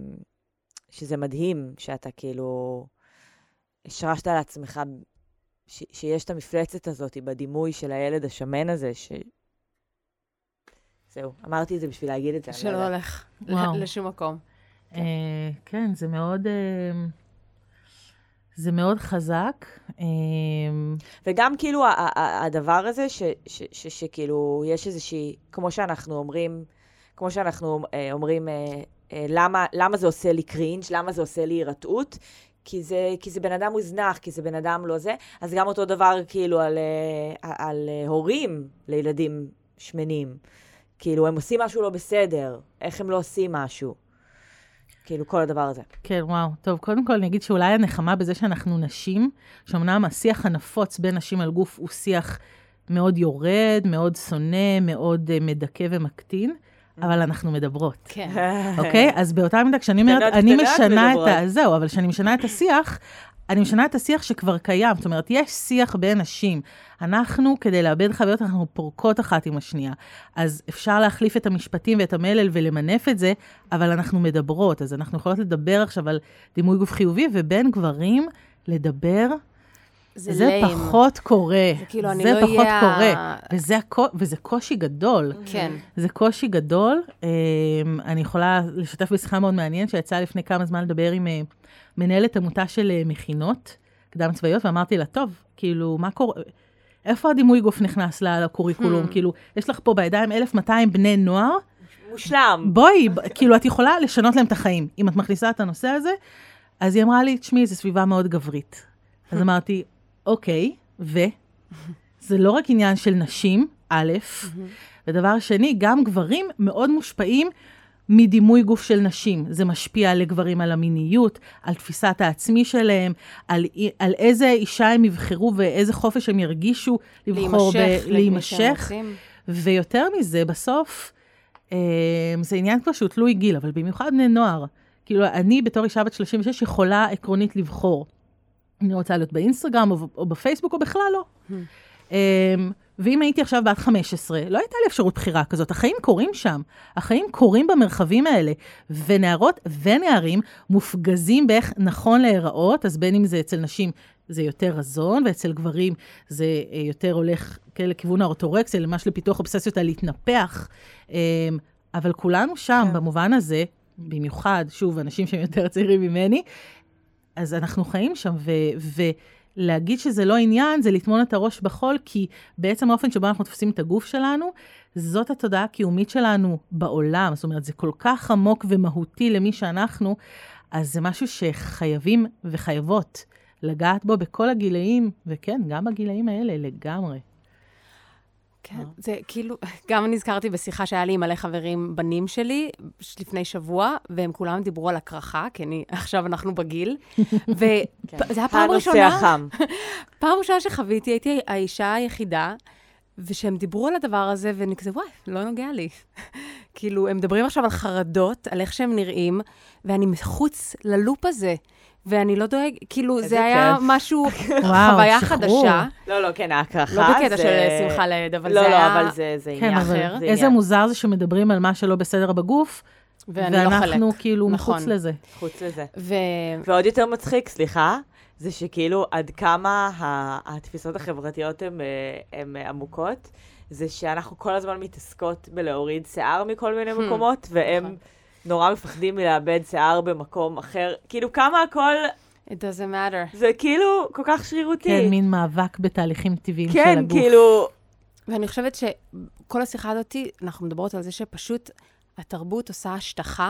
שזה מדהים שאתה כאילו השרשת על עצמך, ש, שיש את המפלצת הזאת בדימוי של הילד השמן הזה, ש... זהו, אמרתי את זה בשביל להגיד את זה. שלא הולך לשום מקום. אה, כן, זה מאוד... אה, זה מאוד חזק. וגם כאילו הדבר הזה, שכאילו יש איזושהי, כמו שאנחנו אומרים, כמו שאנחנו אומרים, למה זה עושה לי קרינג', למה זה עושה לי הירתעות, כי זה בן אדם מוזנח, כי זה בן אדם לא זה, אז גם אותו דבר כאילו על הורים לילדים שמנים. כאילו הם עושים משהו לא בסדר, איך הם לא עושים משהו. כאילו, כל הדבר הזה. כן, וואו. טוב, קודם כל אני אגיד שאולי הנחמה בזה שאנחנו נשים, שאומנם השיח הנפוץ בין נשים על גוף הוא שיח מאוד יורד, מאוד שונא, מאוד uh, מדכא ומקטין, אבל אנחנו מדברות. כן. אוקיי? אז באותה מידה, כשאני אומרת, אני משנה את ה... זהו, אבל כשאני משנה את השיח, אני משנה את השיח שכבר קיים, זאת אומרת, יש שיח בין נשים. אנחנו, כדי לאבד חוויות, אנחנו פורקות אחת עם השנייה. אז אפשר להחליף את המשפטים ואת המלל ולמנף את זה, אבל אנחנו מדברות. אז אנחנו יכולות לדבר עכשיו על דימוי גוף חיובי, ובין גברים לדבר, זה, זה ליים. פחות קורה. זה כאילו, אני זה לא פחות יהיה... קורה. וזה, הקו... וזה קושי גדול. כן. זה קושי גדול. אני יכולה לשתף בשיחה מאוד מעניינת, שיצאה לפני כמה זמן לדבר עם מנהלת עמותה של מכינות, קדם צבאיות, ואמרתי לה, טוב, כאילו, מה קורה? איפה הדימוי גוף נכנס לקוריקולום? כאילו, יש לך פה בידיים אלף מאתיים בני נוער. מושלם. בואי, כאילו, את יכולה לשנות להם את החיים. אם את מכניסה את הנושא הזה, אז היא אמרה לי, תשמעי, זו סביבה מאוד גברית. אז אמרתי, אוקיי, ו? זה לא רק עניין של נשים, א', ודבר שני, גם גברים מאוד מושפעים מדימוי גוף של נשים. זה משפיע לגברים על המיניות, על תפיסת העצמי שלהם, על, על איזה אישה הם יבחרו ואיזה חופש הם ירגישו לבחור, להימשך, ב, להימשך. ויותר מזה, בסוף, אה, זה עניין כבר שהוא תלוי גיל, אבל במיוחד בני נוער. כאילו, אני בתור אישה בת שלושים ושש יכולה עקרונית לבחור. אני רוצה להיות באינסטגרם או, או בפייסבוק או בכלל לא. Hmm. ואם הייתי עכשיו בת חמש עשרה, לא הייתה לי אפשרות בחירה כזאת. החיים קורים שם. החיים קורים במרחבים האלה. ונערות ונערים מופגזים באיך נכון להיראות, אז בין אם זה אצל נשים זה יותר רזון, ואצל גברים זה יותר הולך לכיוון האורתורקסיה, למש לפיתוח אובססיות על להתנפח. אבל כולנו שם, כן. במובן הזה, במיוחד, שוב, אנשים שהם יותר צעירים ממני, אז אנחנו חיים שם, ו- ולהגיד שזה לא עניין, זה לטמון את הראש בחול, כי בעצם האופן שבו אנחנו תופסים את הגוף שלנו, זאת התודעה הקיומית שלנו בעולם. זאת אומרת, זה כל כך עמוק ומהותי למי שאנחנו, אז זה משהו שחייבים וחייבות לגעת בו בכל הגילאים, וכן, גם בגילאים האלה, לגמרי. כן, זה כאילו, גם נזכרתי בשיחה שהיה לי עם מלא חברים בנים שלי לפני שבוע, והם כולם דיברו על הקרחה, כי אני, עכשיו אנחנו בגיל, וזה היה פעם ראשונה, פעם ראשונה שחוויתי, הייתי האישה היחידה, ושהם דיברו על הדבר הזה, ואני כזה, וואי, לא נוגע לי. כאילו, הם מדברים עכשיו על חרדות, על איך שהם נראים, ואני מחוץ ללופ הזה. ואני לא דואג, כאילו, זה היה משהו, חוויה חדשה. לא, לא, כן, ההקרחה זה... לא בקטע של שמחה ליד, אבל זה היה... לא, לא, אבל זה עניין אחר. איזה מוזר זה שמדברים על מה שלא בסדר בגוף, ואנחנו כאילו מחוץ לזה. מחוץ לזה. ועוד יותר מצחיק, סליחה, זה שכאילו עד כמה התפיסות החברתיות הן עמוקות, זה שאנחנו כל הזמן מתעסקות בלהוריד שיער מכל מיני מקומות, והם... נורא מפחדים מלאבד שיער במקום אחר. כאילו, כמה הכל... It doesn't matter. זה כאילו כל כך שרירותי. כן, מין מאבק בתהליכים טבעיים כן, של הגוף. כן, כאילו... ואני חושבת שכל השיחה הזאת, אנחנו מדברות על זה שפשוט התרבות עושה השטחה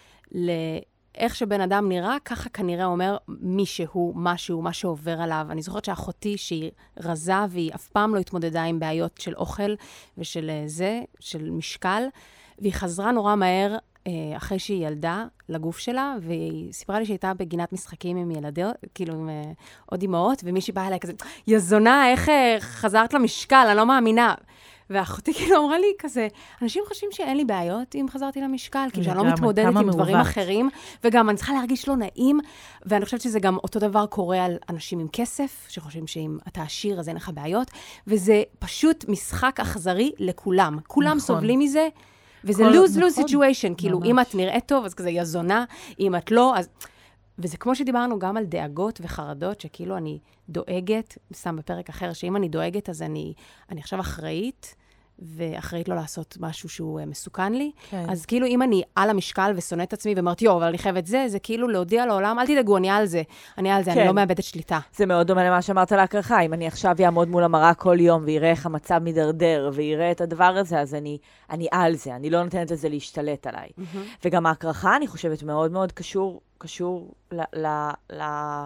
לאיך שבן אדם נראה, ככה כנראה אומר מישהו, משהו, מה שעובר עליו. אני זוכרת שאחותי שהיא רזה, והיא אף פעם לא התמודדה עם בעיות של אוכל ושל זה, של משקל, והיא חזרה נורא מהר, אחרי שהיא ילדה לגוף שלה, והיא סיפרה לי שהייתה בגינת משחקים עם ילדות, כאילו עם uh, עוד אמהות, ומישהי באה אליי כזה, יזונה, איך uh, חזרת למשקל, אני לא מאמינה. ואחותי כאילו אמרה לי כזה, אנשים חושבים שאין לי בעיות אם חזרתי למשקל, כאילו שאני לא מתמודדת עם דברים אחרים, וגם אני צריכה להרגיש לא נעים, ואני חושבת שזה גם אותו דבר קורה על אנשים עם כסף, שחושבים שאם אתה עשיר אז אין לך בעיות, וזה פשוט משחק אכזרי לכולם. כולם סובלים מזה, וזה lose-lose situation, כאילו, אם את נראית טוב, אז כזה יזונה, אם את לא, אז... וזה כמו שדיברנו גם על דאגות וחרדות, שכאילו אני דואגת, שם בפרק אחר, שאם אני דואגת, אז אני, אני עכשיו אחראית, ואחראית לא לעשות משהו שהוא מסוכן לי. כן. אז כאילו, אם אני על המשקל ושונאת את עצמי, ואומרת, יו, אבל אני חייבת זה, זה כאילו להודיע לעולם, אל תדאגו, אני על זה, אני על זה, כן. אני לא מאבדת שליטה. זה מאוד דומה למה שאמרת להקרחה, אם אני עכשיו אעמוד מול המראה כל יום, ויראה איך המצב מדרדר, ויראה את הדבר הזה, אז אני, אני על זה, אני לא נותנת את זה להשתלט עליי. Mm-hmm. וגם ההקרחה, אני חושבת, מאוד מאוד קשור, קשור ל, ל, ל,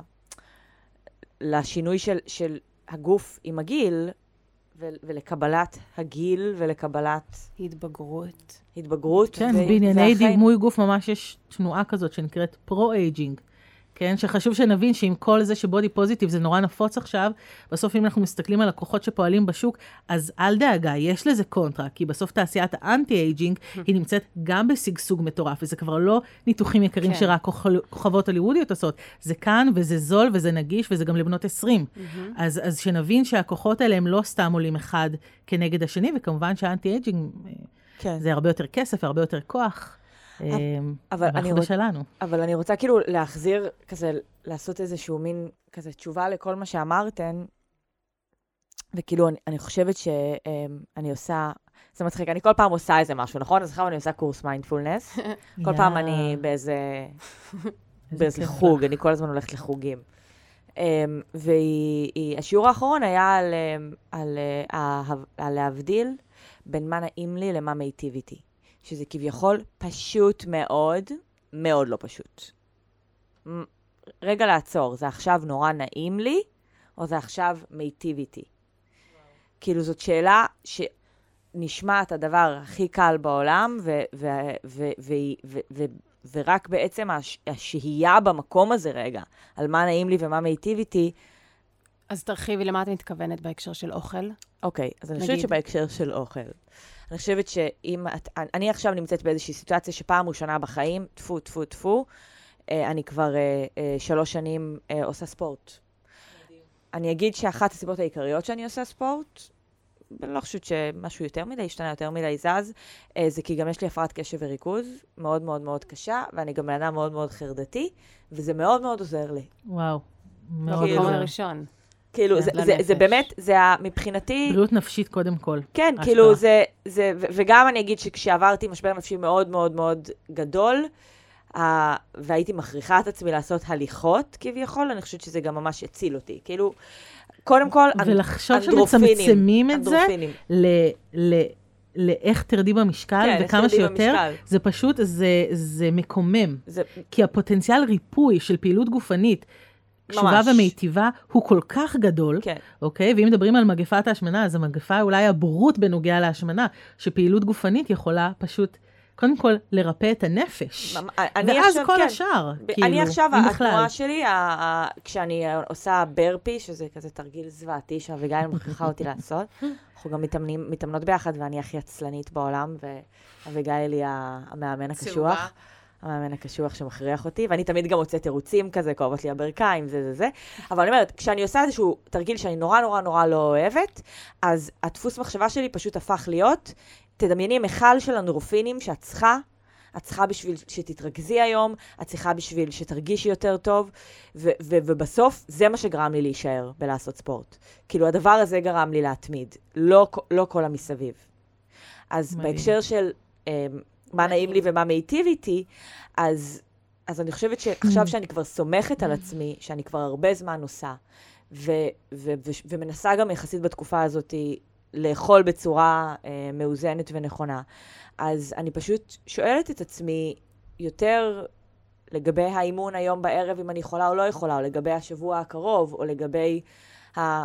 לשינוי של, של הגוף עם הגיל, ולקבלת הגיל ולקבלת... התבגרות. התבגרות. כן, בענייני דימוי גוף ממש יש תנועה כזאת שנקראת פרו-אייג'ינג. כן? שחשוב שנבין שעם כל זה שבודי פוזיטיב זה נורא נפוץ עכשיו, בסוף אם אנחנו מסתכלים על הכוחות שפועלים בשוק, אז אל דאגה, יש לזה קונטרה, כי בסוף תעשיית האנטי-אייג'ינג היא נמצאת גם בסגסוג מטורף, וזה כבר לא ניתוחים יקרים כן. שרק כוכבות הוליוודיות עושות, זה כאן וזה זול וזה נגיש וזה גם לבנות עשרים. אז, אז שנבין שהכוחות האלה הם לא סתם עולים אחד כנגד השני, וכמובן שהאנטי-אייג'ינג כן. זה הרבה יותר כסף, הרבה יותר כוח. אבל אני, רוצ... שלנו. אבל אני רוצה כאילו להחזיר, כזה, לעשות איזשהו מין, כזה, תשובה לכל מה שאמרתן, וכאילו, אני, אני חושבת שאני עושה, זה מצחיק, אני כל פעם עושה איזה משהו, נכון? אז עכשיו אני עושה קורס מיינדפולנס, כל פעם אני באיזה, באיזה חוג, אני כל הזמן הולכת לחוגים. והשיעור האחרון היה על, על, על, על להבדיל בין מה נעים לי למה מיטיב איתי. שזה כביכול פשוט מאוד, מאוד לא פשוט. רגע לעצור, זה עכשיו נורא נעים לי, או זה עכשיו מיטיב איתי? כאילו זאת שאלה שנשמעת הדבר הכי קל בעולם, ו- ו- ו- ו- ו- ו- ורק בעצם הש- השהייה במקום הזה רגע, על מה נעים לי ומה מיטיב איתי. אז תרחיבי, למה את מתכוונת בהקשר של אוכל? אוקיי, אז אני חושבת שבהקשר של אוכל, אני חושבת שאם את, אני עכשיו נמצאת באיזושהי סיטואציה שפעם ראשונה בחיים, תפו, תפו, תפו, אני כבר שלוש שנים עושה ספורט. אני אגיד שאחת הסיבות העיקריות שאני עושה ספורט, אני לא חושבת שמשהו יותר מדי, השתנה יותר מדי זז, זה כי גם יש לי הפרעת קשב וריכוז, מאוד מאוד מאוד קשה, ואני גם בן אדם מאוד מאוד חרדתי, וזה מאוד מאוד עוזר לי. וואו. מאוד מקום הראשון. כאילו, זה, זה, זה באמת, זה מבחינתי... בריאות נפשית קודם כל. כן, כאילו, זה, זה, וגם אני אגיד שכשעברתי משבר נפשי מאוד מאוד מאוד גדול, והייתי מכריחה את עצמי לעשות הליכות, כביכול, אני חושבת שזה גם ממש הציל אותי. כאילו, קודם כל, ולחשוב שמצמצמים את זה לאיך תרדי במשקל, וכמה שיותר, זה פשוט, זה מקומם. כי הפוטנציאל ריפוי של פעילות גופנית, קשובה ומיטיבה הוא כל כך גדול, כן. אוקיי? ואם מדברים על מגפת ההשמנה, אז המגפה אולי הבורות בנוגע להשמנה, שפעילות גופנית יכולה פשוט, קודם כל, לרפא את הנפש. ואז עכשיו, כל כן. השאר, ב- כאילו, אני עכשיו, אם בכלל. התנועה שלי, ה- ה- כשאני עושה ברפי, שזה כזה תרגיל זוועתי, שאביגיל מכריחה אותי לעשות, אנחנו גם מתאמנים, מתאמנות ביחד, ואני הכי עצלנית בעולם, ואביגיל היא המאמן הקשוח. המאמן הקשוח שמכריח אותי, ואני תמיד גם מוצאת תירוצים כזה, כואבות לי הברכיים, זה זה זה. אבל אני אומרת, כשאני עושה איזשהו תרגיל שאני נורא נורא נורא לא אוהבת, אז הדפוס מחשבה שלי פשוט הפך להיות, תדמייני מחל של אנדרופינים שאת צריכה, את צריכה בשביל שתתרכזי היום, את צריכה בשביל שתרגישי יותר טוב, ו- ו- ובסוף זה מה שגרם לי להישאר בלעשות ספורט. כאילו הדבר הזה גרם לי להתמיד, לא, לא כל המסביב. אז מדהים. בהקשר של... מה נעים לי ומה מיטיב איתי, אז, אז אני חושבת שעכשיו שאני כבר סומכת על עצמי, שאני כבר הרבה זמן עושה, ו, ו, ו, ומנסה גם יחסית בתקופה הזאת לאכול בצורה אה, מאוזנת ונכונה, אז אני פשוט שואלת את עצמי יותר לגבי האימון היום בערב, אם אני יכולה או לא יכולה, או לגבי השבוע הקרוב, או לגבי ה...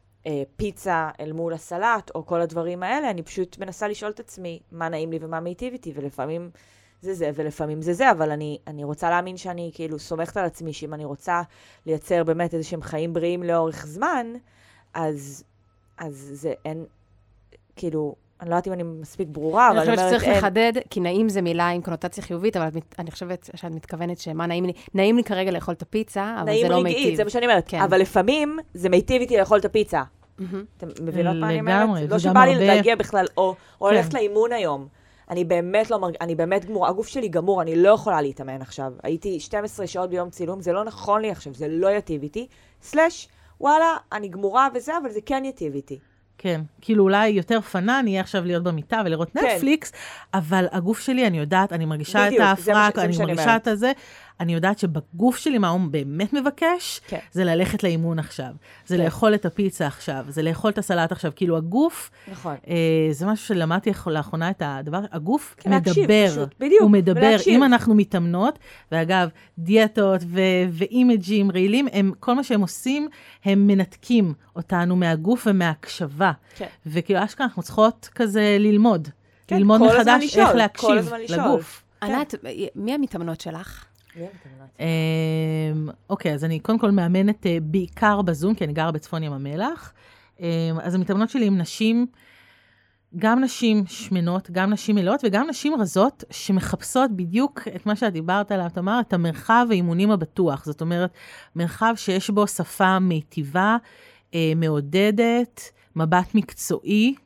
פיצה אל מול הסלט, או כל הדברים האלה, אני פשוט מנסה לשאול את עצמי מה נעים לי ומה מיטיב איתי, ולפעמים זה זה, ולפעמים זה זה, אבל אני, אני רוצה להאמין שאני כאילו סומכת על עצמי, שאם אני רוצה לייצר באמת איזשהם חיים בריאים לאורך זמן, אז, אז זה אין, כאילו, אני לא יודעת אם אני מספיק ברורה, אבל אני אני חושבת אומרת, שצריך לחדד, כי נעים זה מילה עם קונוטציה חיובית, אבל אני חושבת שאת מתכוונת שמה נעים לי, נעים לי כרגע לאכול את הפיצה, אבל זה לא מיטיב. נעים רגעית, זה מה שאני אומרת, אבל לפעמים זה מיטיב איתי לאכול את הפיצה. אתם מבינות מה אני אומרת? לא שבא לי להגיע בכלל, או הולכת לאימון היום. אני באמת לא מרג... אני באמת גמור, הגוף שלי גמור, אני לא יכולה להתאמן עכשיו. הייתי שתים עשרה שעות ביום צילום, זה לא נכון לי עכשיו, זה לא יטיב איתי. סלש, וואלה, אני גמורה וזה, אבל זה כן יטיב איתי. כן, כאילו אולי יותר פנן יהיה עכשיו להיות במיטה ולראות כן. נטפליקס, אבל הגוף שלי, אני יודעת, אני מרגישה בדיוק, את ההפרק, אני מרגישה אומרת. את הזה, אני יודעת שבגוף שלי מה הוא באמת מבקש, כן. זה ללכת לאימון עכשיו, זה כן. לאכול את הפיצה עכשיו, זה לאכול את הסלט עכשיו, כאילו הגוף, נכון. אה, זה משהו שלמדתי לאחרונה את הדבר, הגוף כן, מדבר, להקשיב, בדיוק, הוא מדבר, ולהקשיב. אם אנחנו מתאמנות, ואגב, דיאטות ו- ואימג'ים רעילים, הם, כל מה שהם עושים, הם מנתקים אותנו מהגוף ומהקשבה, כן. וכאילו אשכרה אנחנו צריכות כזה ללמוד, כן, ללמוד מחדש איך להקשיב לגוף. ענת, מי המתאמנות שלך? אוקיי, אז אני קודם כל מאמנת בעיקר בזום, כי אני גרה בצפון ים המלח. אז המתאמנות שלי עם נשים, גם נשים שמנות, גם נשים מלאות, וגם נשים רזות, שמחפשות בדיוק את מה שאת דיברת עליו, את אמרת, את המרחב האימונים הבטוח. זאת אומרת, מרחב שיש בו שפה מיטיבה, מעודדת, מבט מקצועי,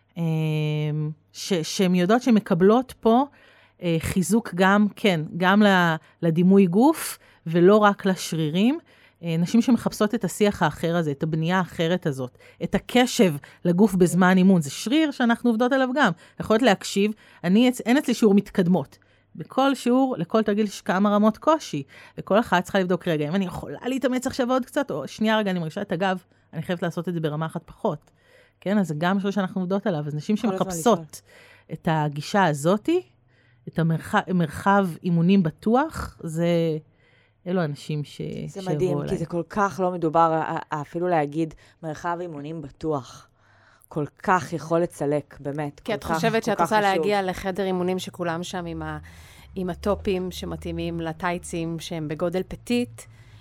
שהן יודעות שהן מקבלות פה חיזוק גם, כן, גם לדימוי גוף, ולא רק לשרירים. נשים שמחפשות את השיח האחר הזה, את הבנייה האחרת הזאת, את הקשב לגוף בזמן אימון. זה שריר שאנחנו עובדות עליו גם. יכולת להקשיב, אני, אין אצלי שיעור מתקדמות. בכל שיעור, לכל תרגיל יש כמה רמות קושי. וכל אחת צריכה לבדוק רגע, אם אני יכולה להתאמץ עכשיו עוד קצת, או שנייה רגע, אני מרגישה את הגב, אני חייבת לעשות את זה ברמה אחת פחות. כן, אז זה גם שריר שאנחנו עובדות עליו. אז נשים שמחפשות את הגישה הזאת, את המרחב, מרחב אימונים בטוח, זה... אלו אנשים ש... זה מדהים, כי זה כל כך לא מדובר, אפילו להגיד מרחב אימונים בטוח. כל כך יכול לצלק, באמת. כי את חושבת שאת רוצה להגיע לחדר אימונים שכולם שם עם, ה... עם הטופים שמתאימים לטייצים שהם בגודל פטיט,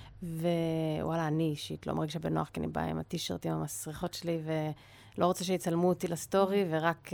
ווואלה, אני אישית לא מרגישה בנוח, כי אני באה עם הטישרטים, עם המסריחות שלי, ולא רוצה שיצלמו אותי לסטורי, ורק...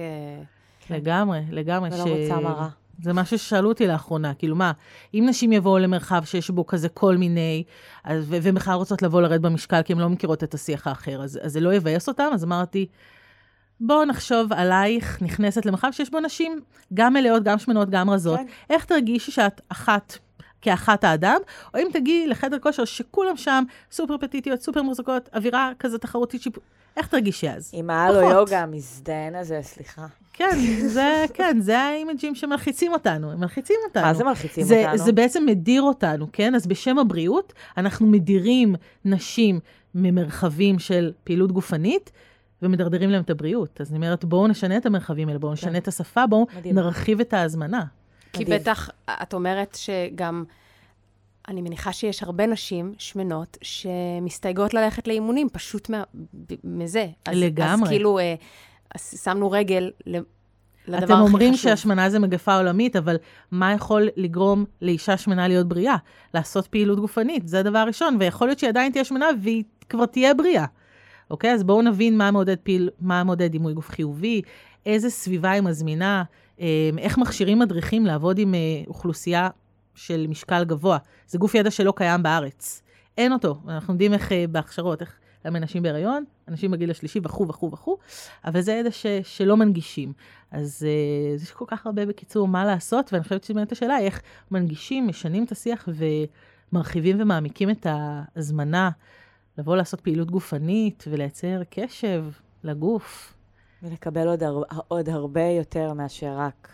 לגמרי, לגמרי. ולא רוצה מראה. זה מה ששאלו אותי לאחרונה, כאילו מה, אם נשים יבואו למרחב שיש בו כזה כל מיני, אז, ו- ובכלל רוצות לבוא לרד במשקל, כי הן לא מכירות את השיח האחר, אז, אז זה לא יבייס אותם, אז אמרתי, בואו נחשוב עלייך, נכנסת למרחב שיש בו נשים, גם מלאות, גם שמנות, גם רזות, כן. איך תרגישי שאת אחת, כאחת האדם, או אם תגיעי לחדר כושר שכולם שם, סופר פטיטיות, סופר מוזיקות, אווירה כזה תחרותית, שיפ... איך תרגישי אז? עם ההלו יוגה, המזדהן הזה, סליחה. כן, זה, כן, זה האימג'ים שמלחיצים אותנו, הם מלחיצים אותנו. מה זה מלחיצים זה, אותנו? זה בעצם מדיר אותנו, כן? אז בשם הבריאות, אנחנו מדירים נשים ממרחבים של פעילות גופנית, ומדרדרים להם את הבריאות. אז אני אומרת, בואו נשנה את המרחבים האלה, בואו נשנה כן. את השפה, בואו מדהים. נרחיב את ההזמנה. כי מדהים. בטח, את אומרת שגם, אני מניחה שיש הרבה נשים שמנות, שמסתייגות ללכת לאימונים, פשוט מה, מזה. אז, לגמרי. אז כאילו... אז שמנו רגל לדבר הכי חשוב. אתם אומרים שהשמנה זה מגפה עולמית, אבל מה יכול לגרום לאישה שמנה להיות בריאה? לעשות פעילות גופנית, זה הדבר הראשון, ויכול להיות שהיא עדיין תהיה שמנה, והיא כבר תהיה בריאה. אוקיי? אז בואו נבין מה מודד פעיל, מה מודד דימוי גוף חיובי, איזה סביבה היא מזמינה, איך מכשירים מדריכים לעבוד עם אוכלוסייה של משקל גבוה. זה גוף ידע שלא קיים בארץ. אין אותו. אנחנו יודעים איך בהכשרות, איך למה אנשים בהיריון, אנשים בגיל השלישי וכו' וכו' וכו', אבל זה ידע ש, שלא מנגישים. אז uh, יש כל כך הרבה בקיצור מה לעשות, ואני חושבת שבאמת השאלה היא איך מנגישים, משנים את השיח ומרחיבים ומעמיקים את ההזמנה, לבוא לעשות פעילות גופנית ולייצר קשב לגוף. ולקבל עוד, הר... עוד הרבה יותר מאשר רק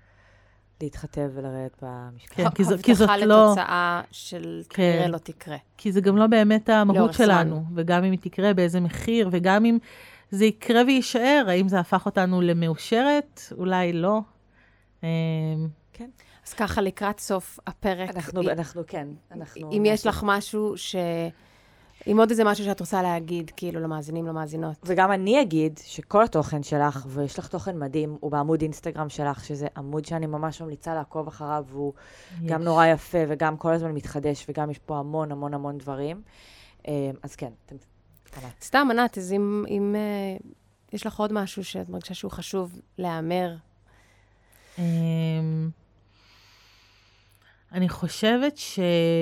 להתחתב ולרדת במשקל. כן, כי, זו, כי זאת לא... הבטחה לתוצאה של כנראה לא תקרה. כי זה גם לא באמת המהות שלנו, וגם אם היא תקרה באיזה מחיר, וגם אם זה יקרה ויישאר, האם זה הפך אותנו למאושרת? אולי לא. כן. אז ככה לקראת סוף הפרק. אנחנו, אנחנו כן. אנחנו אם יש לך משהו ש... עם עוד איזה משהו שאת רוצה להגיד, כאילו, למאזינים, למאזינות. וגם אני אגיד שכל התוכן שלך, ויש לך תוכן מדהים, הוא בעמוד אינסטגרם שלך, שזה עמוד שאני ממש ממליצה לעקוב אחריו, והוא יש. גם נורא יפה, וגם כל הזמן מתחדש, וגם יש פה המון המון המון דברים. אז כן, אתם... סתם, ענת, אז אם, אם uh, יש לך עוד משהו שאת מרגישה שהוא חשוב להיאמר? אני חושבת ש...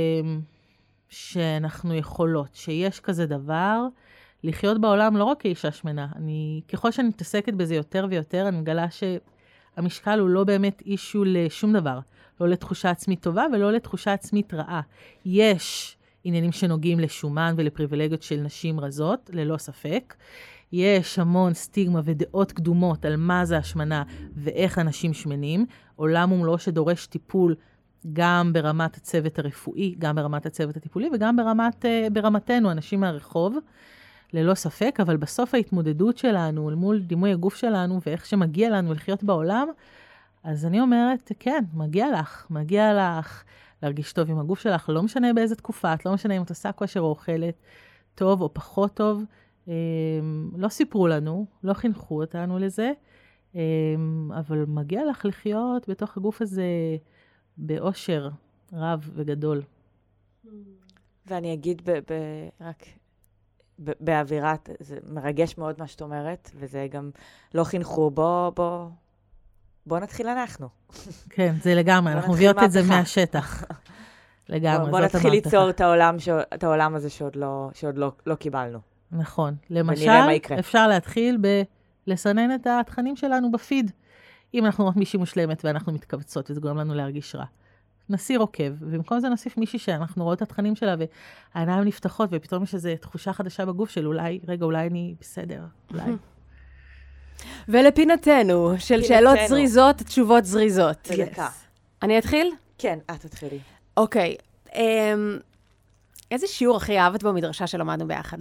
שאנחנו יכולות, שיש כזה דבר, לחיות בעולם לא רק כאישה שמנה. אני, ככל שאני מתעסקת בזה יותר ויותר, אני מגלה שהמשקל הוא לא באמת אישו לשום דבר. לא לתחושה עצמית טובה ולא לתחושה עצמית רעה. יש עניינים שנוגעים לשומן ולפריבילגיות של נשים רזות, ללא ספק. יש המון סטיגמה ודעות קדומות על מה זה השמנה ואיך אנשים שמנים. עולם ומלואו שדורש טיפול גם ברמת הצוות הרפואי, גם ברמת הצוות הטיפולי, וגם ברמת, ברמתנו, אנשים מהרחוב, ללא ספק, אבל בסוף ההתמודדות שלנו, מול דימוי הגוף שלנו, ואיך שמגיע לנו לחיות בעולם, אז אני אומרת, כן, מגיע לך, מגיע לך להרגיש טוב עם הגוף שלך, לא משנה באיזה תקופה, לא משנה אם את עושה כושר או אוכלת, טוב או פחות טוב, לא סיפרו לנו, לא חינכו אותנו לזה, אבל מגיע לך לחיות בתוך הגוף הזה, באושר, רב וגדול. ואני אגיד ב- ב- רק ב- באווירת, זה מרגש מאוד מה שאת אומרת, וזה גם לא חינכו, בוא, בוא, בוא נתחיל אנחנו. כן, זה לגמרי, אנחנו נתחיל מביאות את זה מהפכה. מהשטח. לגמרי, בוא, זאת בוא המהפכה. נתחיל ליצור את העולם, ש... את העולם הזה שעוד לא, שעוד לא, לא קיבלנו. נכון. ונראה מה למשל, יקרה. אפשר להתחיל בלסנן את התכנים שלנו בפיד. אם אנחנו רואות מישהי מושלמת ואנחנו מתכווצות, וזה גורם לנו להרגיש רע. נסיר עוקב, ובמקום זה נוסיף מישהי שאנחנו רואות את התכנים שלה, והעיניים נפתחות, ופתאום יש איזו תחושה חדשה בגוף של אולי, רגע, אולי אני בסדר, אולי. ולפינתנו, של שאלות פינתנו. זריזות, תשובות זריזות. בדקה. אני אתחיל? כן, את תתחילי. אוקיי. אמ, איזה שיעור הכי אהבת במדרשה שלמדנו ביחד?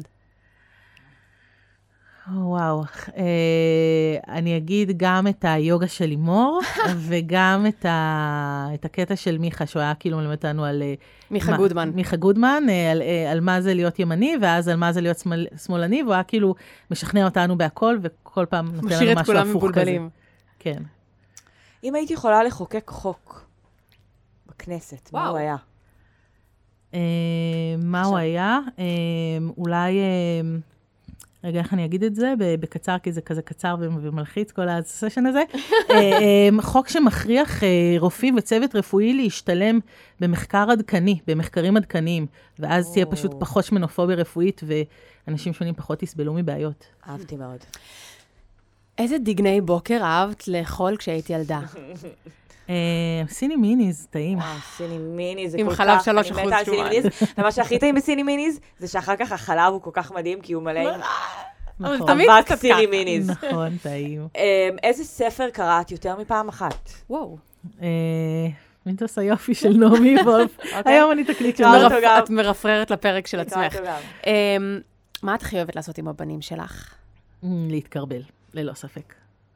וואו, אה, אני אגיד גם את היוגה של לימור, וגם את, ה, את הקטע של מיכה, שהוא היה כאילו מלמד אותנו על... אה, מיכה מה- גודמן. מיכה גודמן, אה, על, אה, על מה זה להיות ימני, ואז על מה זה להיות שמאל, שמאלני, והוא היה כאילו משכנע אותנו בהכל, וכל פעם נותן משאיר לנו את משהו כולם הפוך כזה. מבולבלים. כן. אם הייתי יכולה לחוקק חוק בכנסת, מה וואו. הוא היה? אה, מה עכשיו. הוא היה? אה, אולי... אה, רגע, איך אני אגיד את זה? ב- בקצר, כי זה כזה קצר ו- ומלחיץ כל הסשן הזה. אה, אה, חוק שמכריח אה, רופאים וצוות רפואי להשתלם במחקר עדכני, במחקרים עדכניים, ואז תהיה פשוט או. פחות שמנופוביה רפואית, ואנשים שונים פחות יסבלו מבעיות. אהבתי מאוד. איזה דגני בוקר אהבת לאכול כשהייתי ילדה? אה, סיני מיניז, טעים. וואו, סיני מיניז, זה עם כל כך... חלב שלוש אני אחוז מתה על סיני שומן. מיניז, ומה שהכי טעים בסיני מיניז, זה שאחר כך החלב הוא כל כך מדהים, כי הוא מלא עם נכון. תמיד אבק קצת סיני ככה. מיניז. נכון, טעים. אמ, איזה ספר קראת יותר מפעם אחת? וואו. אה, מיתוס היופי של נעמי וולף. היום אני תקליט של קרא נעמי. אותו גם. את מרפררת לפרק של נקרא עצמך. אותו גם. אמ, מה את הכי אוהבת לעשות עם הבנים שלך? להתקרבל, ללא ספק.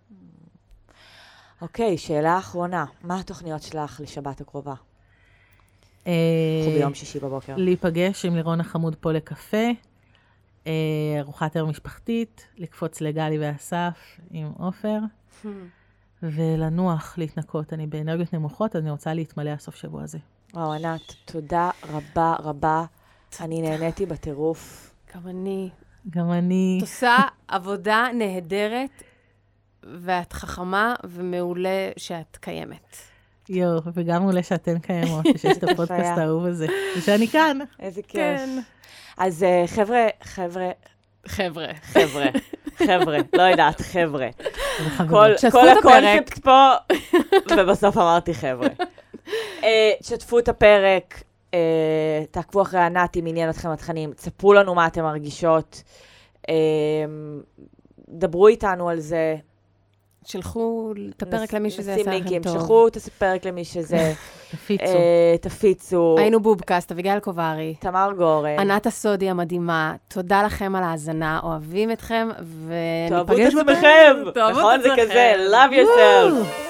אוקיי, שאלה אחרונה. מה התוכניות שלך לשבת הקרובה? אה, אנחנו ביום שישי בבוקר. להיפגש עם לירון החמוד פה לקפה, אה, ארוחת ערב משפחתית, לקפוץ לגלי ואסף עם עופר, ולנוח, להתנקות. אני באנרגיות נמוכות, אז אני רוצה להתמלא הסוף שבוע הזה. וואו, ענת, תודה רבה רבה. אני נהניתי בטירוף. גם אני. גם אני... את עושה עבודה נהדרת, ואת חכמה ומעולה שאת קיימת. יו, וגם עולה שאתן קיימות, שיש את הפודקאסט היה. האהוב הזה. ושאני כאן. איזה כיף. כן. אז אה, חבר'ה, חבר'ה, חבר'ה. חבר'ה, חבר'ה, לא יודעת, חבר'ה. וחברות. כל, שתפו כל את הפרק. הקונספט פה, ובסוף אמרתי חבר'ה. אה, שתפו את הפרק, אה, תעקבו אחרי ענת אם עניין אתכם התכנים, תספרו לנו מה אתם מרגישות, אה, דברו איתנו על זה. שלחו את הפרק למי שזה נשים יעשה לכם לינקים, טוב. שלחו את הפרק למי שזה, תפיצו. אה, תפיצו. היינו בובקאסט, אביגיל קוברי. תמר גורן. ענת הסודי המדהימה, תודה לכם על ההאזנה, אוהבים אתכם, תאהבו את וניפגש עצמכם, תאהבו את נכון? זה עצמכם. כזה, love yourself.